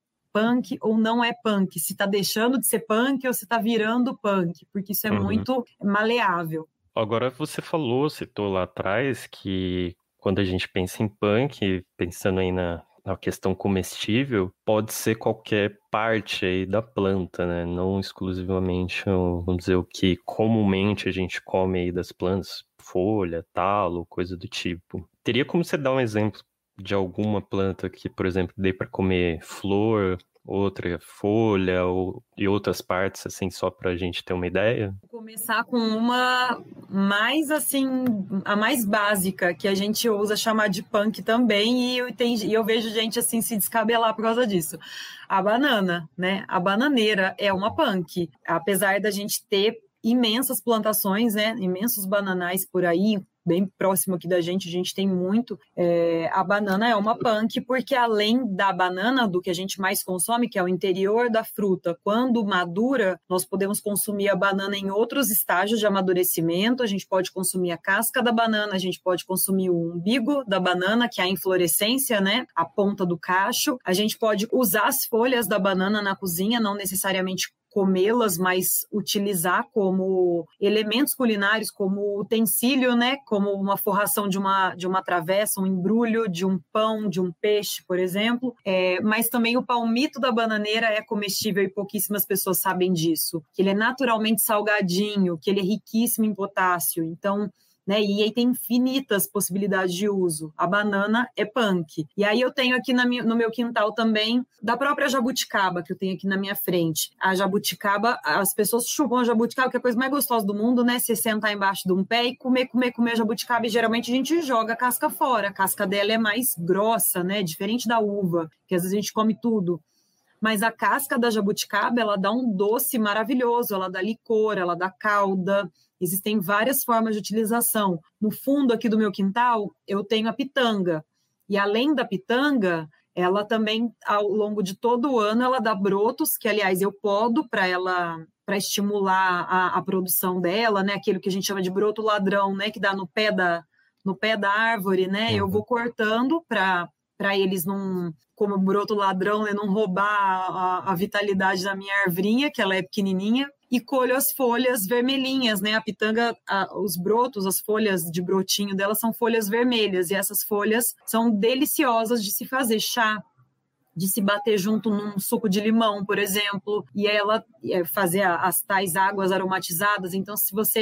Speaker 2: punk ou não é punk, se está deixando de ser punk ou se está virando punk, porque isso é uhum. muito maleável.
Speaker 4: Agora você falou, citou lá atrás, que quando a gente pensa em punk, pensando aí na, na questão comestível, pode ser qualquer parte aí da planta, né? Não exclusivamente, vamos dizer, o que comumente a gente come aí das plantas, folha, talo, coisa do tipo. Teria como você dar um exemplo de alguma planta que, por exemplo, dê para comer flor, outra folha ou, e outras partes, assim, só para a gente ter uma ideia?
Speaker 2: Vou começar com uma mais, assim, a mais básica, que a gente usa chamar de punk também, e eu, tem, e eu vejo gente, assim, se descabelar por causa disso. A banana, né? A bananeira é uma punk. Apesar da gente ter imensas plantações, né? Imensos bananais por aí, bem próximo aqui da gente, a gente tem muito. É, a banana é uma punk, porque além da banana, do que a gente mais consome, que é o interior da fruta, quando madura, nós podemos consumir a banana em outros estágios de amadurecimento, a gente pode consumir a casca da banana, a gente pode consumir o umbigo da banana, que é a inflorescência, né? A ponta do cacho. A gente pode usar as folhas da banana na cozinha, não necessariamente comê-las, mas utilizar como elementos culinários, como utensílio, né? Como uma forração de uma, de uma travessa, um embrulho de um pão, de um peixe, por exemplo. É, mas também o palmito da bananeira é comestível e pouquíssimas pessoas sabem disso. Que ele é naturalmente salgadinho, que ele é riquíssimo em potássio. Então, né? E aí tem infinitas possibilidades de uso. A banana é punk. E aí eu tenho aqui na minha, no meu quintal também, da própria jabuticaba, que eu tenho aqui na minha frente. A jabuticaba, as pessoas chupam a jabuticaba, que é a coisa mais gostosa do mundo, né? Você sentar embaixo de um pé e comer, comer, comer a jabuticaba, e geralmente a gente joga a casca fora. A casca dela é mais grossa, né? Diferente da uva, que às vezes a gente come tudo. Mas a casca da jabuticaba, ela dá um doce maravilhoso, ela dá licor, ela dá calda. Existem várias formas de utilização. No fundo aqui do meu quintal, eu tenho a pitanga. E além da pitanga, ela também, ao longo de todo o ano, ela dá brotos, que, aliás, eu podo para ela, para estimular a, a produção dela, né? Aquilo que a gente chama de broto ladrão, né? Que dá no pé da, no pé da árvore, né? Uhum. Eu vou cortando para para eles não, como broto ladrão, né, não roubar a, a vitalidade da minha arvrinha, que ela é pequenininha, e colho as folhas vermelhinhas, né? A pitanga, a, os brotos, as folhas de brotinho dela são folhas vermelhas, e essas folhas são deliciosas de se fazer chá, de se bater junto num suco de limão, por exemplo, e ela fazer as tais águas aromatizadas. Então, se você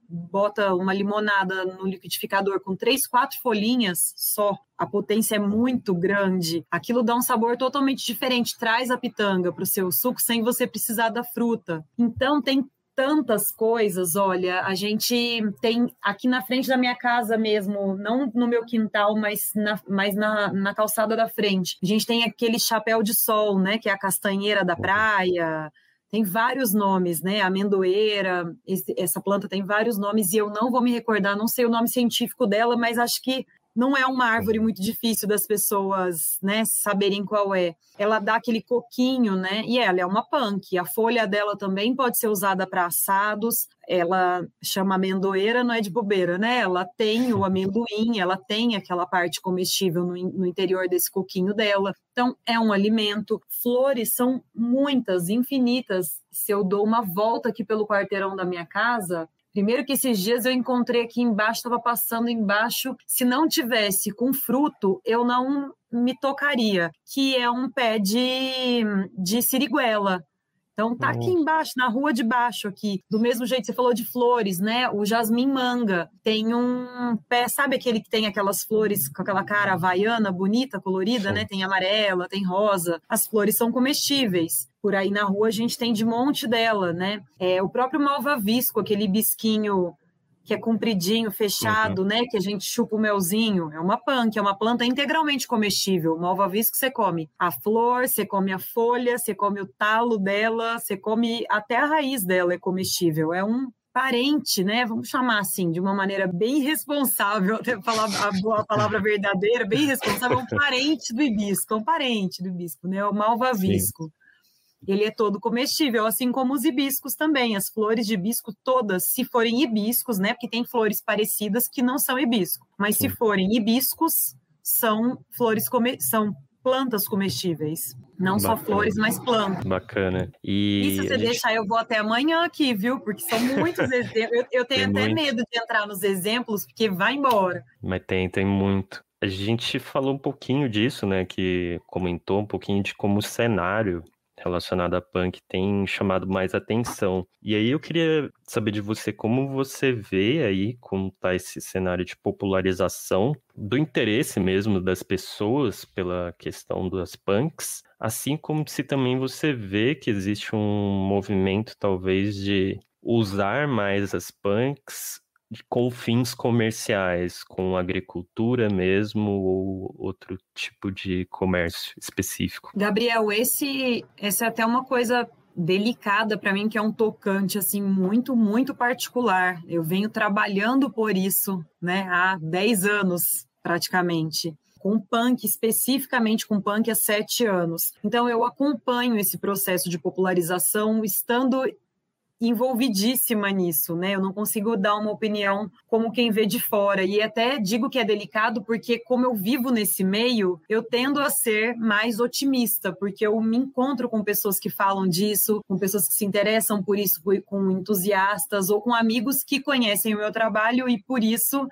Speaker 2: bota uma limonada no liquidificador com três, quatro folhinhas só, a potência é muito grande. Aquilo dá um sabor totalmente diferente, traz a pitanga para o seu suco sem você precisar da fruta. Então, tem tantas coisas, olha, a gente tem aqui na frente da minha casa mesmo, não no meu quintal, mas na, mas na, na calçada da frente. A gente tem aquele chapéu de sol, né, que é a castanheira da praia. Tem vários nomes, né? Amendoeira, esse, essa planta tem vários nomes e eu não vou me recordar, não sei o nome científico dela, mas acho que não é uma árvore muito difícil das pessoas, né, saberem qual é. Ela dá aquele coquinho, né? E ela é uma punk. A folha dela também pode ser usada para assados. Ela chama amendoeira, não é de bobeira, né? Ela tem o amendoim, ela tem aquela parte comestível no, no interior desse coquinho dela. Então, é um alimento. Flores são muitas, infinitas. Se eu dou uma volta aqui pelo quarteirão da minha casa... Primeiro que esses dias eu encontrei aqui embaixo, estava passando embaixo, se não tivesse com fruto, eu não me tocaria, que é um pé de, de siriguela. Então tá aqui embaixo, na rua de baixo aqui, do mesmo jeito que você falou de flores, né? O jasmim manga tem um pé, sabe aquele que tem aquelas flores com aquela cara havaiana, bonita, colorida, Sim. né? Tem amarela, tem rosa. As flores são comestíveis. Por aí na rua a gente tem de monte dela, né? É, o próprio malvavisco, aquele bisquinho que é compridinho, fechado, uhum. né? Que a gente chupa o melzinho. É uma punk, é uma planta integralmente comestível. O malvavisco você come a flor, você come a folha, você come o talo dela, você come até a raiz dela é comestível. É um parente, né? Vamos chamar assim, de uma maneira bem responsável, até falar a, a palavra verdadeira, bem responsável, é um parente do hibisco, é um parente do hibisco, né? O malvavisco. Sim. Ele é todo comestível, assim como os hibiscos também. As flores de hibisco todas, se forem hibiscos, né? Porque tem flores parecidas que não são hibisco. Mas Sim. se forem hibiscos, são flores come... são plantas comestíveis. Não Bacana. Só flores, mas plantas.
Speaker 4: Bacana. E,
Speaker 2: e se você gente... deixar, eu vou até amanhã aqui, viu? Porque são muitos exemplos. Eu, eu tenho tem até muito. medo de entrar nos exemplos, porque vai embora.
Speaker 4: Mas tem, tem muito. A gente falou um pouquinho disso, né? Que comentou um pouquinho de como o cenário relacionado a punk tem chamado mais atenção. E aí eu queria saber de você como você vê aí como tá esse cenário de popularização do interesse mesmo das pessoas pela questão das punks, assim como se também você vê que existe um movimento talvez de usar mais as punks com fins comerciais, com agricultura mesmo ou outro tipo de comércio específico.
Speaker 2: Gabriel, esse, essa é até uma coisa delicada para mim, que é um tocante assim muito, muito particular. Eu venho trabalhando por isso, né, há dez anos praticamente. Com punk, especificamente com punk há sete anos. Então eu acompanho esse processo de popularização estando envolvidíssima nisso, né? Eu não consigo dar uma opinião como quem vê de fora. E até digo que é delicado porque, como eu vivo nesse meio, eu tendo a ser mais otimista, porque eu me encontro com pessoas que falam disso, com pessoas que se interessam por isso, com entusiastas ou com amigos que conhecem o meu trabalho e, por isso,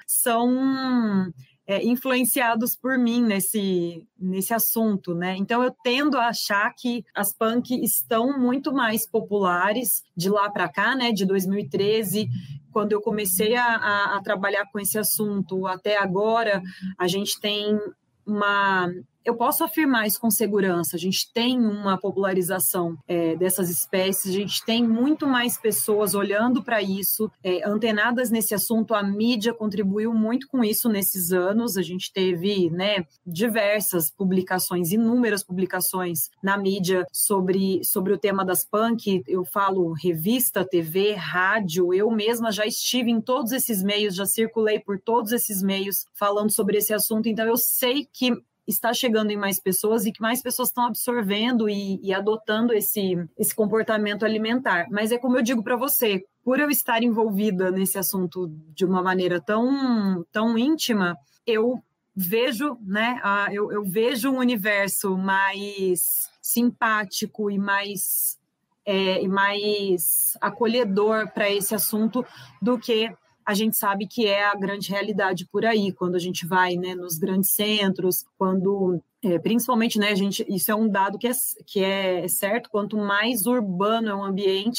Speaker 2: são... É, influenciados por mim nesse, nesse assunto, né? Então eu tendo a achar que as punk estão muito mais populares de lá para cá, né? De dois mil e treze, quando eu comecei a, a, a trabalhar com esse assunto, até agora, a gente tem uma... Eu posso afirmar isso com segurança, a gente tem uma popularização é, dessas espécies, a gente tem muito mais pessoas olhando para isso, é, antenadas nesse assunto, a mídia contribuiu muito com isso nesses anos, a gente teve, né, diversas publicações, inúmeras publicações na mídia sobre, sobre o tema das punk, eu falo revista, T V, rádio, eu mesma já estive em todos esses meios, já circulei por todos esses meios falando sobre esse assunto, então eu sei que está chegando em mais pessoas e que mais pessoas estão absorvendo e, e adotando esse, esse comportamento alimentar. Mas é como eu digo para você, por eu estar envolvida nesse assunto de uma maneira tão, tão íntima, eu vejo, né, a, eu, eu vejo um universo mais simpático e mais, é, e mais acolhedor para esse assunto do que a gente sabe que é a grande realidade por aí, quando a gente vai, né, nos grandes centros, quando, é, principalmente, né, a gente, isso é um dado que é, que é certo, quanto mais urbano é um ambiente,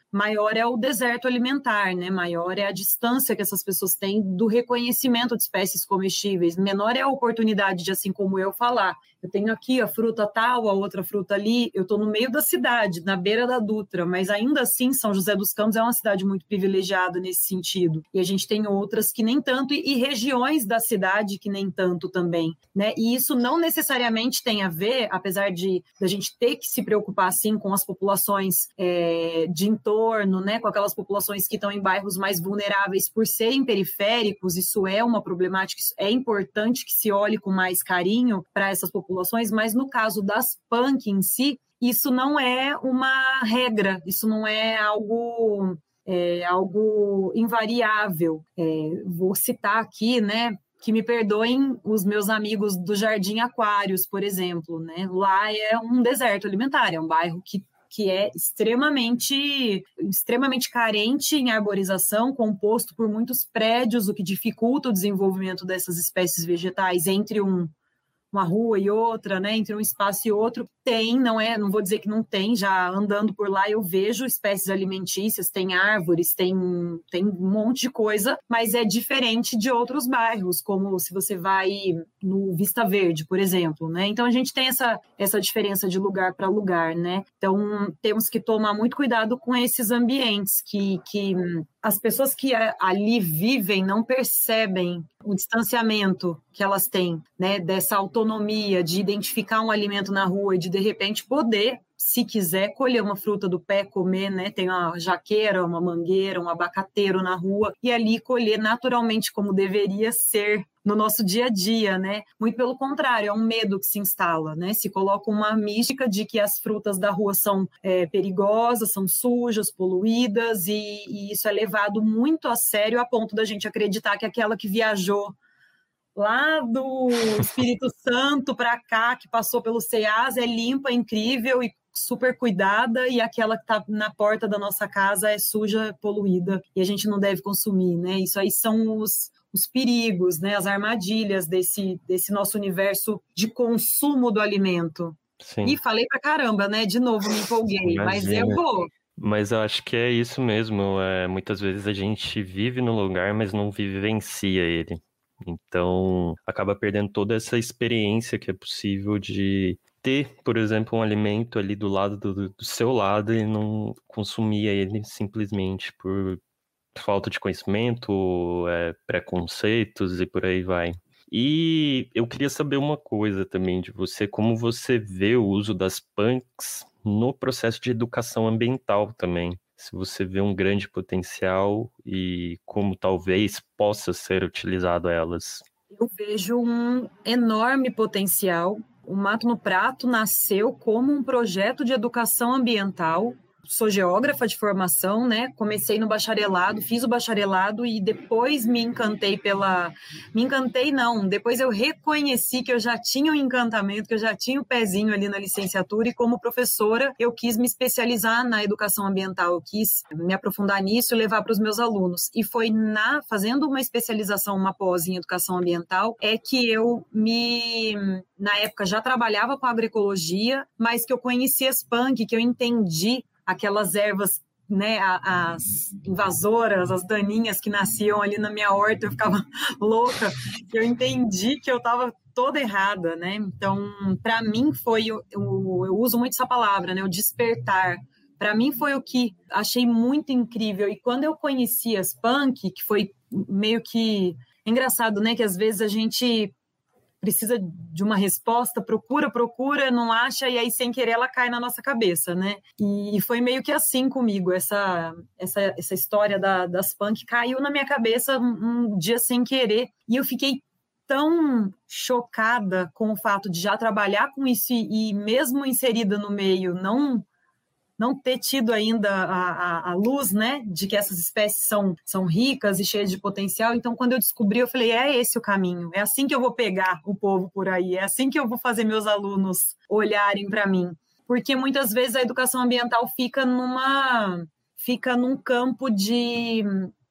Speaker 2: maior é o deserto alimentar, né? Maior é a distância que essas pessoas têm do reconhecimento de espécies comestíveis, menor é a oportunidade de, assim como eu, falar. Eu tenho aqui a fruta tal, a outra fruta ali, eu estou no meio da cidade, na beira da Dutra, mas ainda assim São José dos Campos é uma cidade muito privilegiada nesse sentido. E a gente tem outras que nem tanto, e, e regiões da cidade que nem tanto também, né? E isso não necessariamente tem a ver, apesar de a gente ter que se preocupar, sim, com as populações é, de entorno, né? Com aquelas populações que estão em bairros mais vulneráveis por serem periféricos, isso é uma problemática, isso é importante que se olhe com mais carinho para essas populações, mas no caso das punk em si, isso não é uma regra, isso não é algo, é, algo invariável. É, vou citar aqui, né, que me perdoem os meus amigos do Jardim Aquários, por exemplo, né? Lá é um deserto alimentar, é um bairro que que é extremamente, extremamente carente em arborização, composto por muitos prédios, o que dificulta o desenvolvimento dessas espécies vegetais entre um uma rua e outra, né, entre um espaço e outro, tem, não é, não vou dizer que não tem, já andando por lá eu vejo espécies alimentícias, tem árvores, tem, tem um monte de coisa, mas é diferente de outros bairros, como se você vai no Vista Verde, por exemplo, né, então a gente tem essa, essa diferença de lugar para lugar, né, então temos que tomar muito cuidado com esses ambientes que, que as pessoas que ali vivem não percebem o distanciamento que elas têm, né, dessa autonomia de identificar um alimento na rua e de, de repente, poder, se quiser, colher uma fruta do pé, comer, né, tem uma jaqueira, uma mangueira, um abacateiro na rua, e ali colher naturalmente como deveria ser no nosso dia a dia, né? Muito pelo contrário, é um medo que se instala, né? Se coloca uma mística de que as frutas da rua são é, perigosas, são sujas, poluídas, e, e isso é levado muito a sério a ponto da gente acreditar que aquela que viajou lá do Espírito Santo para cá, que passou pelo Ceasa, é limpa, incrível e super cuidada, e aquela que está na porta da nossa casa é suja, poluída, e a gente não deve consumir, né? Isso aí são os os perigos, né, as armadilhas desse, desse nosso universo de consumo do alimento. Sim. E falei pra caramba, né? De novo, me empolguei, Imagina. mas eu vou.
Speaker 4: Mas eu acho que é isso mesmo. É, muitas vezes a gente vive no lugar, mas não vivencia ele. Então, acaba perdendo toda essa experiência que é possível de ter, por exemplo, um alimento ali do lado do, do seu lado e não consumir ele simplesmente por falta de conhecimento, é, preconceitos e por aí vai. E eu queria saber uma coisa também de você, como você vê o uso das punks no processo de educação ambiental também. Se você vê um grande potencial e como talvez possa ser utilizado elas.
Speaker 2: Eu vejo um enorme potencial. O Mato no Prato nasceu como um projeto de educação ambiental. Sou geógrafa de formação, né? Comecei no bacharelado, fiz o bacharelado e depois me encantei pela... Me encantei, não. Depois eu reconheci que eu já tinha um encantamento, que eu já tinha o pezinho ali na licenciatura, e como professora eu quis me especializar na educação ambiental. Eu quis me aprofundar nisso e levar para os meus alunos. E foi na fazendo uma especialização, uma pós em educação ambiental, é que eu me... Na época já trabalhava com agroecologia, mas que eu conheci as punk, que eu entendi aquelas ervas, né, as invasoras, as daninhas que nasciam ali na minha horta, eu ficava louca, eu entendi que eu estava toda errada, né? Então, para mim foi, o, o, eu uso muito essa palavra, né, o despertar. Para mim foi o que achei muito incrível, e quando eu conheci as punk, que foi meio que engraçado, né, que às vezes a gente precisa de uma resposta, procura, procura, não acha, e aí sem querer ela cai na nossa cabeça, né? E foi meio que assim comigo, essa, essa, essa história da, das punk caiu na minha cabeça um, um dia sem querer, e eu fiquei tão chocada com o fato de já trabalhar com isso e, e mesmo inserida no meio, não... não ter tido ainda a, a, a luz, né, de que essas espécies são, são ricas e cheias de potencial. Então, quando eu descobri, eu falei, é esse o caminho, é assim que eu vou pegar o povo por aí, é assim que eu vou fazer meus alunos olharem para mim. Porque muitas vezes a educação ambiental fica numa, fica num campo de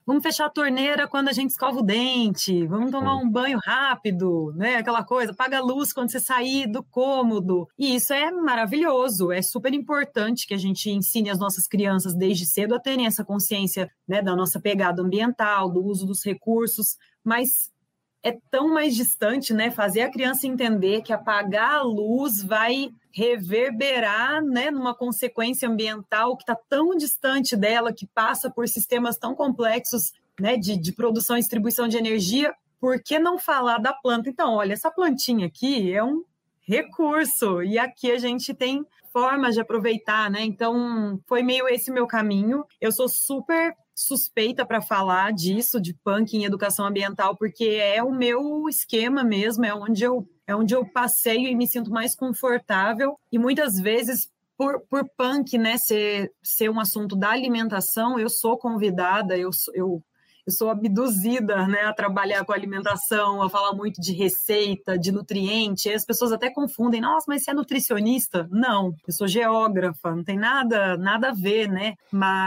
Speaker 2: vamos fechar a torneira quando a gente escova o dente, vamos tomar um banho rápido, né? Aquela coisa, apaga a luz quando você sair do cômodo. E isso é maravilhoso, é super importante que a gente ensine as nossas crianças desde cedo a terem essa consciência, né, da nossa pegada ambiental, do uso dos recursos, mas é tão mais distante, né? Fazer a criança entender que apagar a luz vai reverberar, né, numa consequência ambiental que está tão distante dela, que passa por sistemas tão complexos, né, de, de produção e distribuição de energia. Por que não falar da planta? Então, olha, essa plantinha aqui é um recurso e aqui a gente tem formas de aproveitar, né? Então, foi meio esse meu caminho. Eu sou super suspeita para falar disso, de punk em educação ambiental, porque é o meu esquema mesmo, é onde eu, é onde eu passeio e me sinto mais confortável. E muitas vezes, por, por punk, né, ser, ser um assunto da alimentação, eu sou convidada, eu, eu, eu sou abduzida, né, a trabalhar com alimentação, a falar muito de receita, de nutriente. E as pessoas até confundem, nossa, mas você é nutricionista? Não, eu sou geógrafa, não tem nada, nada a ver, né?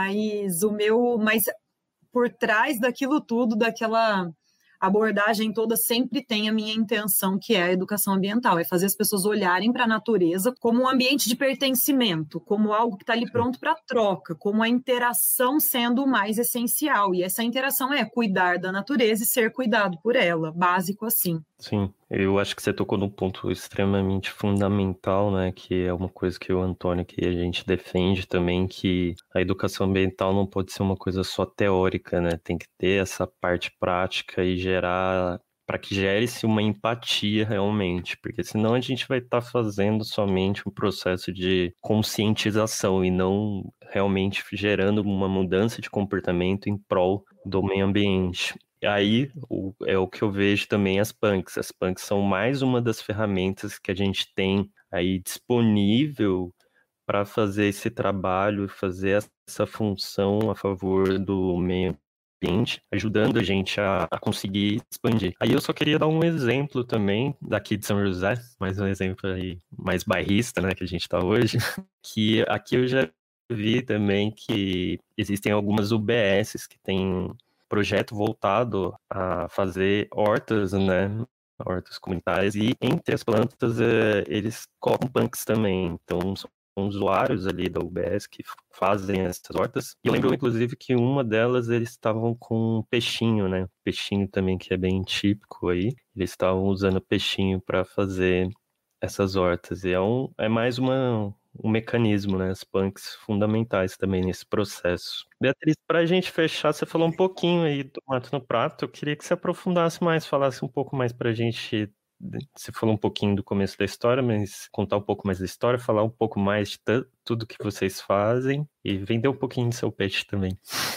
Speaker 2: Mas o meu, mas por trás daquilo tudo, daquela abordagem toda, sempre tem a minha intenção, que é a educação ambiental, é fazer as pessoas olharem para a natureza como um ambiente de pertencimento, como algo que está ali pronto para troca, como a interação sendo o mais essencial. E essa interação é cuidar da natureza e ser cuidado por ela, básico assim.
Speaker 4: Sim, eu acho que você tocou num ponto extremamente fundamental, né, que é uma coisa que o Antônio, que a gente defende também, que a educação ambiental não pode ser uma coisa só teórica, né, tem que ter essa parte prática e gerar, para que gere-se uma empatia realmente, porque senão a gente vai estar fazendo somente um processo de conscientização e não realmente gerando uma mudança de comportamento em prol do meio ambiente. Aí o, é o que eu vejo também as punks. As punks são mais uma das ferramentas que a gente tem aí disponível para fazer esse trabalho, fazer essa função a favor do meio ambiente, ajudando a gente a, a conseguir expandir. Aí eu só queria dar um exemplo também daqui de São José, mais um exemplo aí mais bairrista, né, que a gente está hoje, que aqui eu já vi também que existem algumas U B Ss que têm projeto voltado a fazer hortas, né, hortas comunitárias, e entre as plantas é, eles colocam punks também, então são usuários ali da U B S que fazem essas hortas, e eu lembro inclusive que uma delas eles estavam com peixinho, né, peixinho também que é bem típico aí, eles estavam usando peixinho para fazer essas hortas, e é, um, é mais uma... um mecanismo, né? As punks fundamentais também nesse processo. Beatriz, para a gente fechar, você falou um pouquinho aí do Mato no Prato, eu queria que você aprofundasse mais, falasse um pouco mais para a gente. Você falou um pouquinho do começo da história, mas contar um pouco mais da história, falar um pouco mais de t- tudo que vocês fazem e vender um pouquinho do seu peixe também.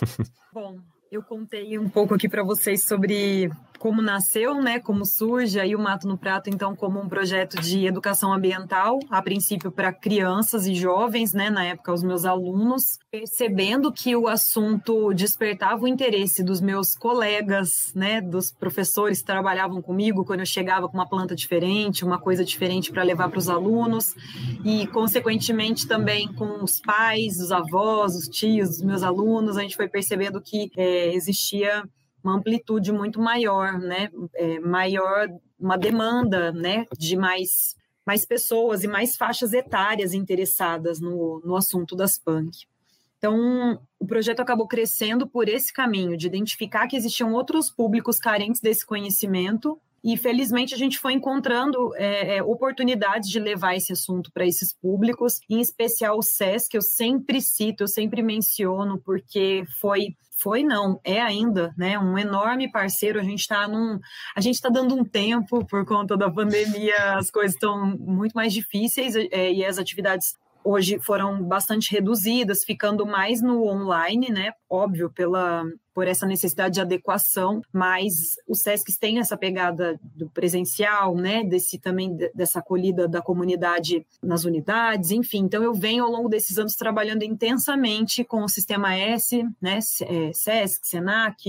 Speaker 2: Bom, eu contei um pouco aqui para vocês sobre como nasceu, né, como surge aí o Mato no Prato, então, como um projeto de educação ambiental, a princípio para crianças e jovens, né, na época os meus alunos, percebendo que o assunto despertava o interesse dos meus colegas, né, dos professores que trabalhavam comigo, quando eu chegava com uma planta diferente, uma coisa diferente para levar para os alunos, e, consequentemente, também com os pais, os avós, os tios dos meus alunos, a gente foi percebendo que é, existia uma amplitude muito maior, né, é, maior, uma demanda, né, de mais, mais pessoas e mais faixas etárias interessadas no, no assunto das punk. Então, o projeto acabou crescendo por esse caminho, de identificar que existiam outros públicos carentes desse conhecimento, e felizmente a gente foi encontrando é, é, oportunidades de levar esse assunto para esses públicos, em especial o SESC, que eu sempre cito, eu sempre menciono, porque foi... Foi não, é ainda, né, um enorme parceiro. A gente está num, a gente está dando um tempo por conta da pandemia, as coisas estão muito mais difíceis é, e as atividades hoje foram bastante reduzidas, ficando mais no online, né? Óbvio, pela, por essa necessidade de adequação, mas os SESCs têm essa pegada do presencial, né? Desse, também dessa acolhida da comunidade nas unidades, enfim. Então, eu venho ao longo desses anos trabalhando intensamente com o Sistema S, né? SESC, SENAC,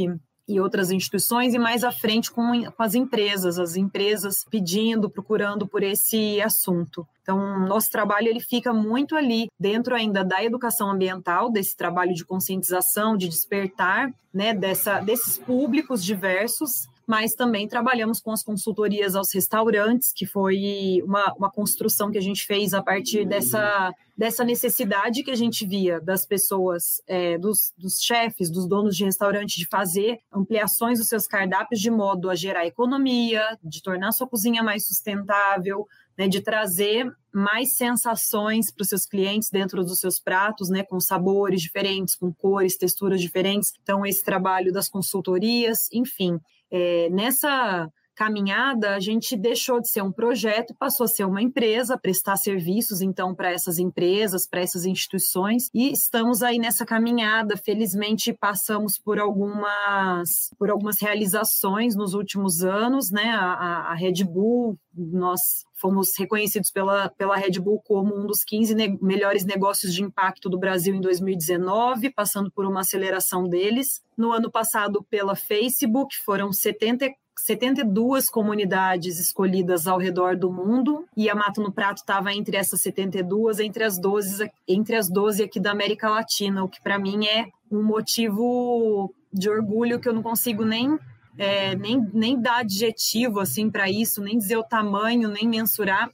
Speaker 2: e outras instituições, e mais à frente com, com as empresas, as empresas pedindo, procurando por esse assunto. Então, nosso trabalho ele fica muito ali dentro ainda da educação ambiental, desse trabalho de conscientização, de despertar, né, dessa, desses públicos diversos, mas também trabalhamos com as consultorias aos restaurantes, que foi uma, uma construção que a gente fez a partir dessa, dessa necessidade que a gente via das pessoas, é, dos, dos chefes, dos donos de restaurante, de fazer ampliações dos seus cardápios de modo a gerar economia, de tornar a sua cozinha mais sustentável, né, de trazer mais sensações para os seus clientes dentro dos seus pratos, né, com sabores diferentes, com cores, texturas diferentes. Então, esse trabalho das consultorias, enfim. É, nessa caminhada, a gente deixou de ser um projeto e passou a ser uma empresa, prestar serviços, então, para essas empresas, para essas instituições, e estamos aí nessa caminhada. Felizmente, passamos por algumas, por algumas realizações nos últimos anos, né? A, a Red Bull, nós fomos reconhecidos pela, pela Red Bull como um dos quinze ne- melhores negócios de impacto do Brasil em dois mil e dezenove, passando por uma aceleração deles. No ano passado, pela Facebook, foram setenta, setenta e duas comunidades escolhidas ao redor do mundo, e a Mato no Prato estava entre essas setenta e duas, entre as doze, entre as doze aqui da América Latina, o que para mim é um motivo de orgulho que eu não consigo nem... É, nem, nem dar adjetivo assim para isso, nem dizer o tamanho, nem mensurar,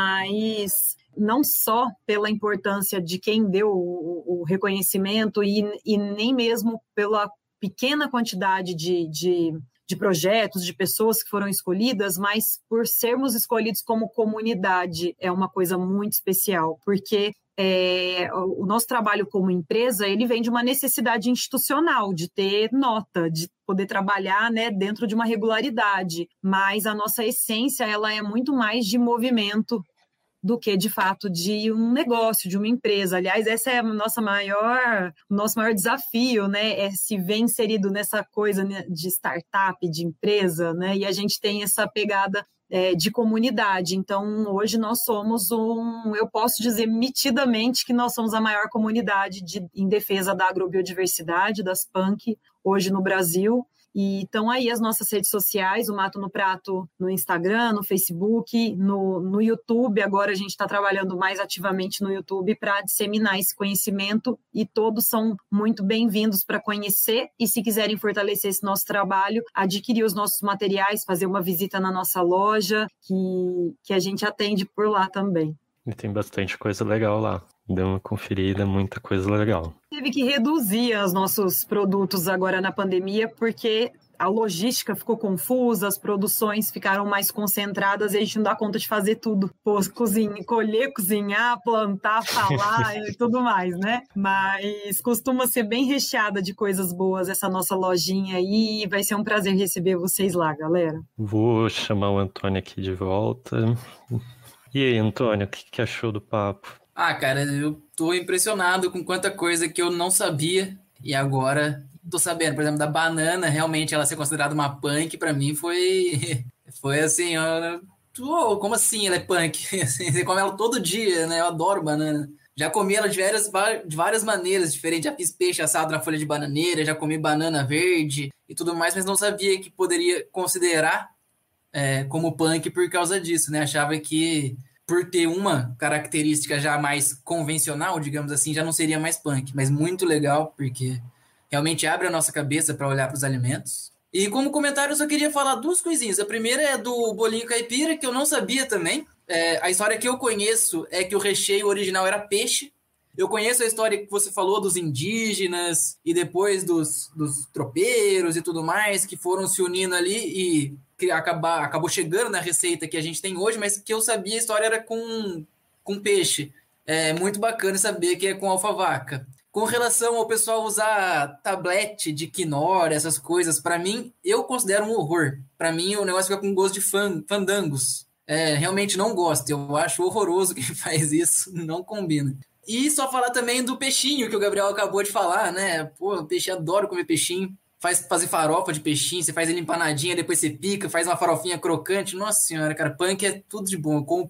Speaker 2: mas não só pela importância de quem deu o, o reconhecimento e, e nem mesmo pela pequena quantidade de, de, de projetos, de pessoas que foram escolhidas, mas por sermos escolhidos como comunidade é uma coisa muito especial, porque É, o nosso trabalho como empresa, ele vem de uma necessidade institucional, de ter nota, de poder trabalhar, né, dentro de uma regularidade, mas a nossa essência ela é muito mais de movimento do que, de fato, de um negócio, de uma empresa. Aliás, esse é o nosso maior, o nosso maior desafio, né, é se ver inserido nessa coisa, né, de startup, de empresa, né, e a gente tem essa pegada É, de comunidade. Então, hoje nós somos um, eu posso dizer nitidamente que nós somos a maior comunidade de, em defesa da agrobiodiversidade, das P A N C, hoje no Brasil. E estão aí as nossas redes sociais, o Mato no Prato no Instagram, no Facebook, no, no YouTube. Agora a gente está trabalhando mais ativamente no YouTube para disseminar esse conhecimento, e todos são muito bem-vindos para conhecer, e se quiserem fortalecer esse nosso trabalho, adquirir os nossos materiais, fazer uma visita na nossa loja, que, que a gente atende por lá também.
Speaker 4: E tem bastante coisa legal lá. Deu uma conferida, muita coisa legal.
Speaker 2: Teve que reduzir os nossos produtos agora na pandemia, porque a logística ficou confusa, as produções ficaram mais concentradas e a gente não dá conta de fazer tudo. Pô, cozinhar, colher, cozinhar, plantar, falar e tudo mais, né? Mas costuma ser bem recheada de coisas boas essa nossa lojinha aí, e vai ser um prazer receber vocês lá, galera.
Speaker 4: Vou chamar o Antônio aqui de volta. E aí, Antônio, o que, que achou do papo?
Speaker 3: Ah, cara, eu tô impressionado com quanta coisa que eu não sabia e agora tô sabendo. Por exemplo, da banana, realmente ela ser considerada uma punk, pra mim foi, foi assim, ó, oh, como assim ela é punk? Assim, você come ela todo dia, né? Eu adoro banana. Já comi ela de várias, de várias maneiras diferentes. Já fiz peixe assado na folha de bananeira, já comi banana verde e tudo mais, mas não sabia que poderia considerar é, como punk por causa disso, né? Achava que por ter uma característica já mais convencional, digamos assim, já não seria mais punk. Mas muito legal, porque realmente abre a nossa cabeça para olhar para os alimentos. E como comentário, eu só queria falar duas coisinhas. A primeira é do bolinho caipira, que eu não sabia também. É, a história que eu conheço é que o recheio original era peixe. Eu conheço a história que você falou dos indígenas e depois dos, dos tropeiros e tudo mais, que foram se unindo ali e que acabar, acabou chegando na receita que a gente tem hoje, mas que eu sabia a história era com, com peixe. É muito bacana saber que é com alfavaca. Com relação ao pessoal usar tablete de quinor, essas coisas, para mim, eu considero um horror. Para mim, o negócio fica com gosto de fan, fandangos. É, realmente não gosto. Eu acho horroroso quem faz isso. Não combina. E só falar também do peixinho, que o Gabriel acabou de falar, né? Pô, peixe, adoro comer peixinho. Faz fazer farofa de peixinho, você faz ele empanadinha, depois você pica, faz uma farofinha crocante. Nossa senhora, cara, punk é tudo de bom. Eu como punk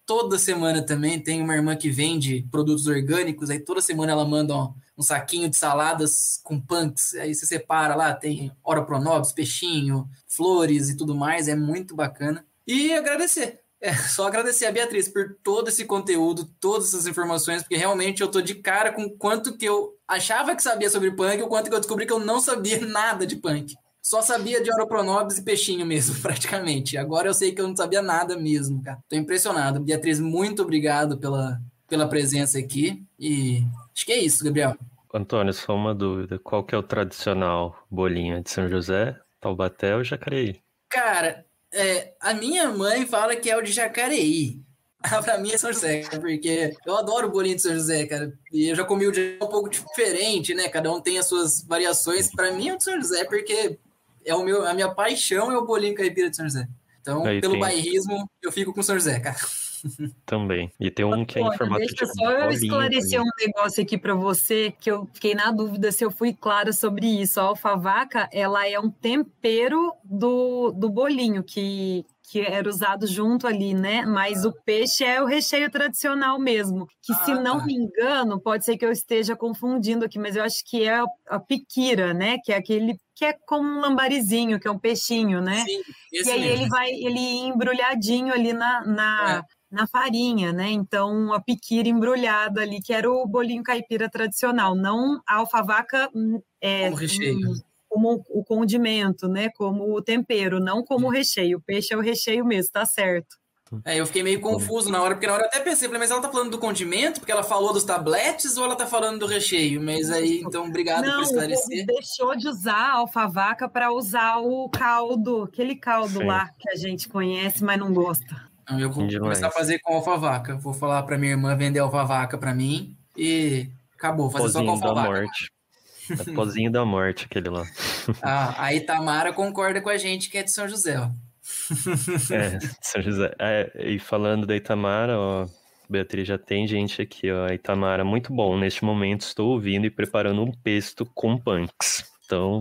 Speaker 3: toda semana também. Tem uma irmã que vende produtos orgânicos, aí toda semana ela manda ó, um saquinho de saladas com punks, aí você separa lá, tem Ora Pronobis, peixinho, flores e tudo mais, é muito bacana. E agradecer, é só agradecer a Beatriz por todo esse conteúdo, todas essas informações, porque realmente eu tô de cara com o quanto que eu achava que sabia sobre punk, o quanto que eu descobri que eu não sabia nada de punk. Só sabia de Ora Pronobis e peixinho mesmo, praticamente. Agora eu sei que eu não sabia nada mesmo, cara. Tô impressionado. Beatriz, muito obrigado pela, pela presença aqui. E acho que é isso, Gabriel.
Speaker 4: Antônio, só uma dúvida. Qual que é o tradicional bolinho de São José, Taubaté ou Jacareí?
Speaker 3: Cara, é, a minha mãe fala que é o de Jacareí. Pra mim é São José, porque eu adoro o bolinho de São José, cara. E eu já comi o de um pouco diferente, né? Cada um tem as suas variações. Pra mim é o de São José, porque... É o meu, a minha paixão é o bolinho caipira de São José. Então, aí pelo tem... bairrismo, eu fico com São José, cara.
Speaker 4: Também. E tem um que é em formato
Speaker 2: Deixa
Speaker 4: de
Speaker 2: só eu
Speaker 4: bolinha,
Speaker 2: esclarecer
Speaker 4: bolinha.
Speaker 2: um negócio aqui para você, que eu fiquei na dúvida se eu fui clara sobre isso. A alfavaca, ela é um tempero do, do bolinho, que, que era usado junto ali, né? Mas o peixe é o recheio tradicional mesmo. Que, ah, se não tá. me engano, pode ser que eu esteja confundindo aqui, mas eu acho que é a, a piquira, né? Que é aquele... que é como um lambarizinho, que é um peixinho, né?
Speaker 3: Sim, esse
Speaker 2: e aí
Speaker 3: mesmo.
Speaker 2: ele vai ele embrulhadinho ali na, na, é. na farinha, né? Então, a piquira embrulhada ali, que era o bolinho caipira tradicional, não a alfavaca é,
Speaker 3: como recheio.
Speaker 2: Um, como o condimento, né? Como o tempero, não como o recheio. O peixe é o recheio mesmo, tá certo.
Speaker 3: É, eu fiquei meio confuso na hora, porque na hora eu até pensei, mas ela tá falando do condimento, porque ela falou dos tabletes, ou ela tá falando do recheio? Mas aí, então, obrigado
Speaker 2: não,
Speaker 3: por esclarecer.
Speaker 2: Não, deixou de usar a alfavaca para usar o caldo, aquele caldo Sim. lá que a gente conhece, mas não gosta.
Speaker 3: Não, eu vou Demais. começar a fazer com alfavaca. Vou falar pra minha irmã vender alfavaca pra mim e acabou, fazer
Speaker 4: Pozinho
Speaker 3: só com alfavaca.
Speaker 4: Da morte. É pozinho da morte, aquele lá.
Speaker 3: Ah, a Itamara concorda com a gente que é de São José, ó.
Speaker 4: É, São José. É, e falando da Itamara, ó, Beatriz, já tem gente aqui, ó. Itamara, muito bom. Neste momento estou ouvindo e preparando um pesto com punks. Então,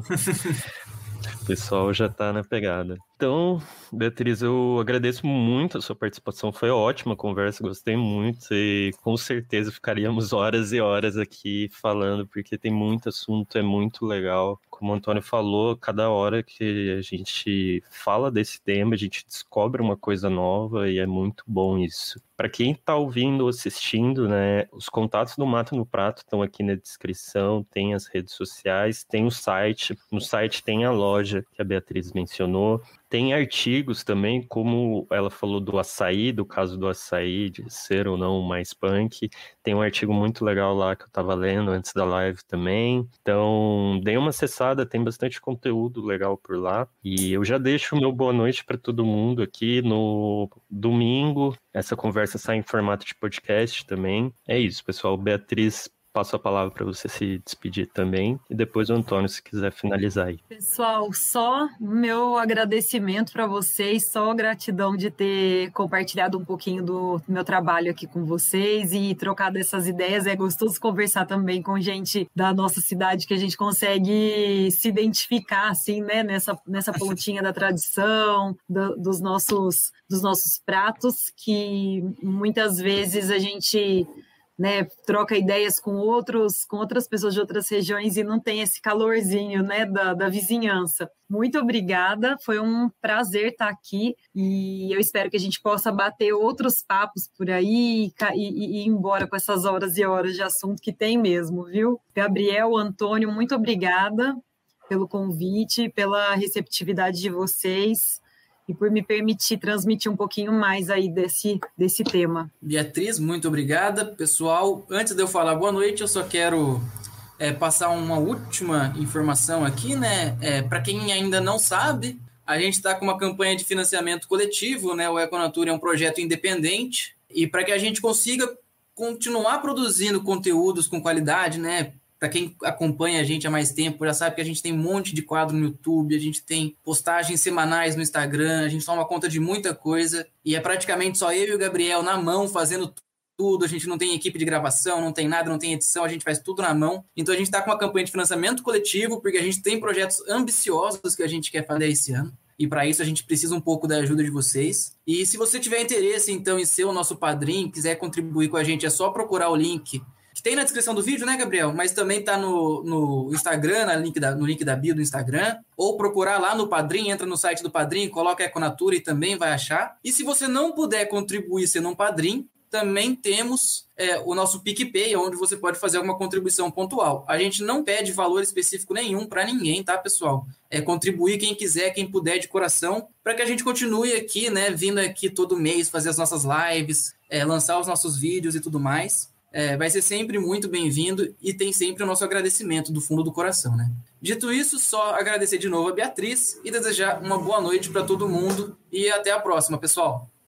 Speaker 4: o pessoal já tá na pegada. Então, Beatriz, eu agradeço muito a sua participação. Foi ótima a conversa, gostei muito. E com certeza ficaríamos horas e horas aqui falando, porque tem muito assunto, é muito legal. Como o Antônio falou, cada hora que a gente fala desse tema, a gente descobre uma coisa nova e é muito bom isso. Para quem está ouvindo ou assistindo, né, os contatos do Mato no Prato estão aqui na descrição, tem as redes sociais, tem o site, no site tem a loja que a Beatriz mencionou, tem artigos também, como ela falou do açaí, do caso do açaí, de ser ou não mais punk. Tem um artigo muito legal lá que eu estava lendo antes da live também. Então, dê uma acessada, tem bastante conteúdo legal por lá. E eu já deixo o meu boa noite para todo mundo aqui no domingo. Essa conversa sai em formato de podcast também. É isso, pessoal. Beatriz, passo a palavra para você se despedir também, e depois o Antônio, se quiser finalizar aí.
Speaker 2: Pessoal, só meu agradecimento para vocês, só gratidão de ter compartilhado um pouquinho do meu trabalho aqui com vocês e trocado essas ideias. É gostoso conversar também com gente da nossa cidade, que a gente consegue se identificar, assim, né, nessa, nessa pontinha da tradição, do, dos, nossos, dos nossos pratos, que muitas vezes a gente... né, troca ideias com outros, com outras pessoas de outras regiões e não tem esse calorzinho, né, da, da vizinhança. Muito obrigada, foi um prazer estar aqui e eu espero que a gente possa bater outros papos por aí e, e, e ir embora com essas horas e horas de assunto que tem mesmo, viu? Gabriel, Antônio, muito obrigada pelo convite, pela receptividade de vocês e por me permitir transmitir um pouquinho mais aí desse, desse tema.
Speaker 3: Beatriz, muito obrigada. Pessoal, antes de eu falar boa noite, eu só quero é, passar uma última informação aqui, né? É, para quem ainda não sabe, a gente está com uma campanha de financiamento coletivo, né? O Econatura é um projeto independente e para que a gente consiga continuar produzindo conteúdos com qualidade, né? Para quem acompanha a gente há mais tempo, já sabe que a gente tem um monte de quadro no YouTube, a gente tem postagens semanais no Instagram, a gente toma conta de muita coisa, e é praticamente só eu e o Gabriel na mão fazendo tudo, a gente não tem equipe de gravação, não tem nada, não tem edição, a gente faz tudo na mão. Então a gente está com uma campanha de financiamento coletivo, porque a gente tem projetos ambiciosos que a gente quer fazer esse ano. e para isso a gente precisa um pouco da ajuda de vocês. E se você tiver interesse, então, em ser o nosso padrinho, quiser contribuir com a gente, é só procurar o link que tem na descrição do vídeo, né, Gabriel? Mas também tá no, no Instagram, no link, da, no link da bio do Instagram, ou procurar lá no Padrim, entra no site do Padrim, coloca a Econatura e também vai achar. E se você não puder contribuir sendo um padrinho, também temos é, o nosso PicPay, onde você pode fazer alguma contribuição pontual. A gente não pede valor específico nenhum para ninguém, tá, pessoal? É contribuir quem quiser, quem puder de coração, para que a gente continue aqui, né, vindo aqui todo mês, fazer as nossas lives, é, lançar os nossos vídeos e tudo mais. É, vai ser sempre muito bem-vindo e tem sempre o nosso agradecimento do fundo do coração, né? Dito isso, só agradecer de novo a Beatriz e desejar uma boa noite para todo mundo e até a próxima, pessoal.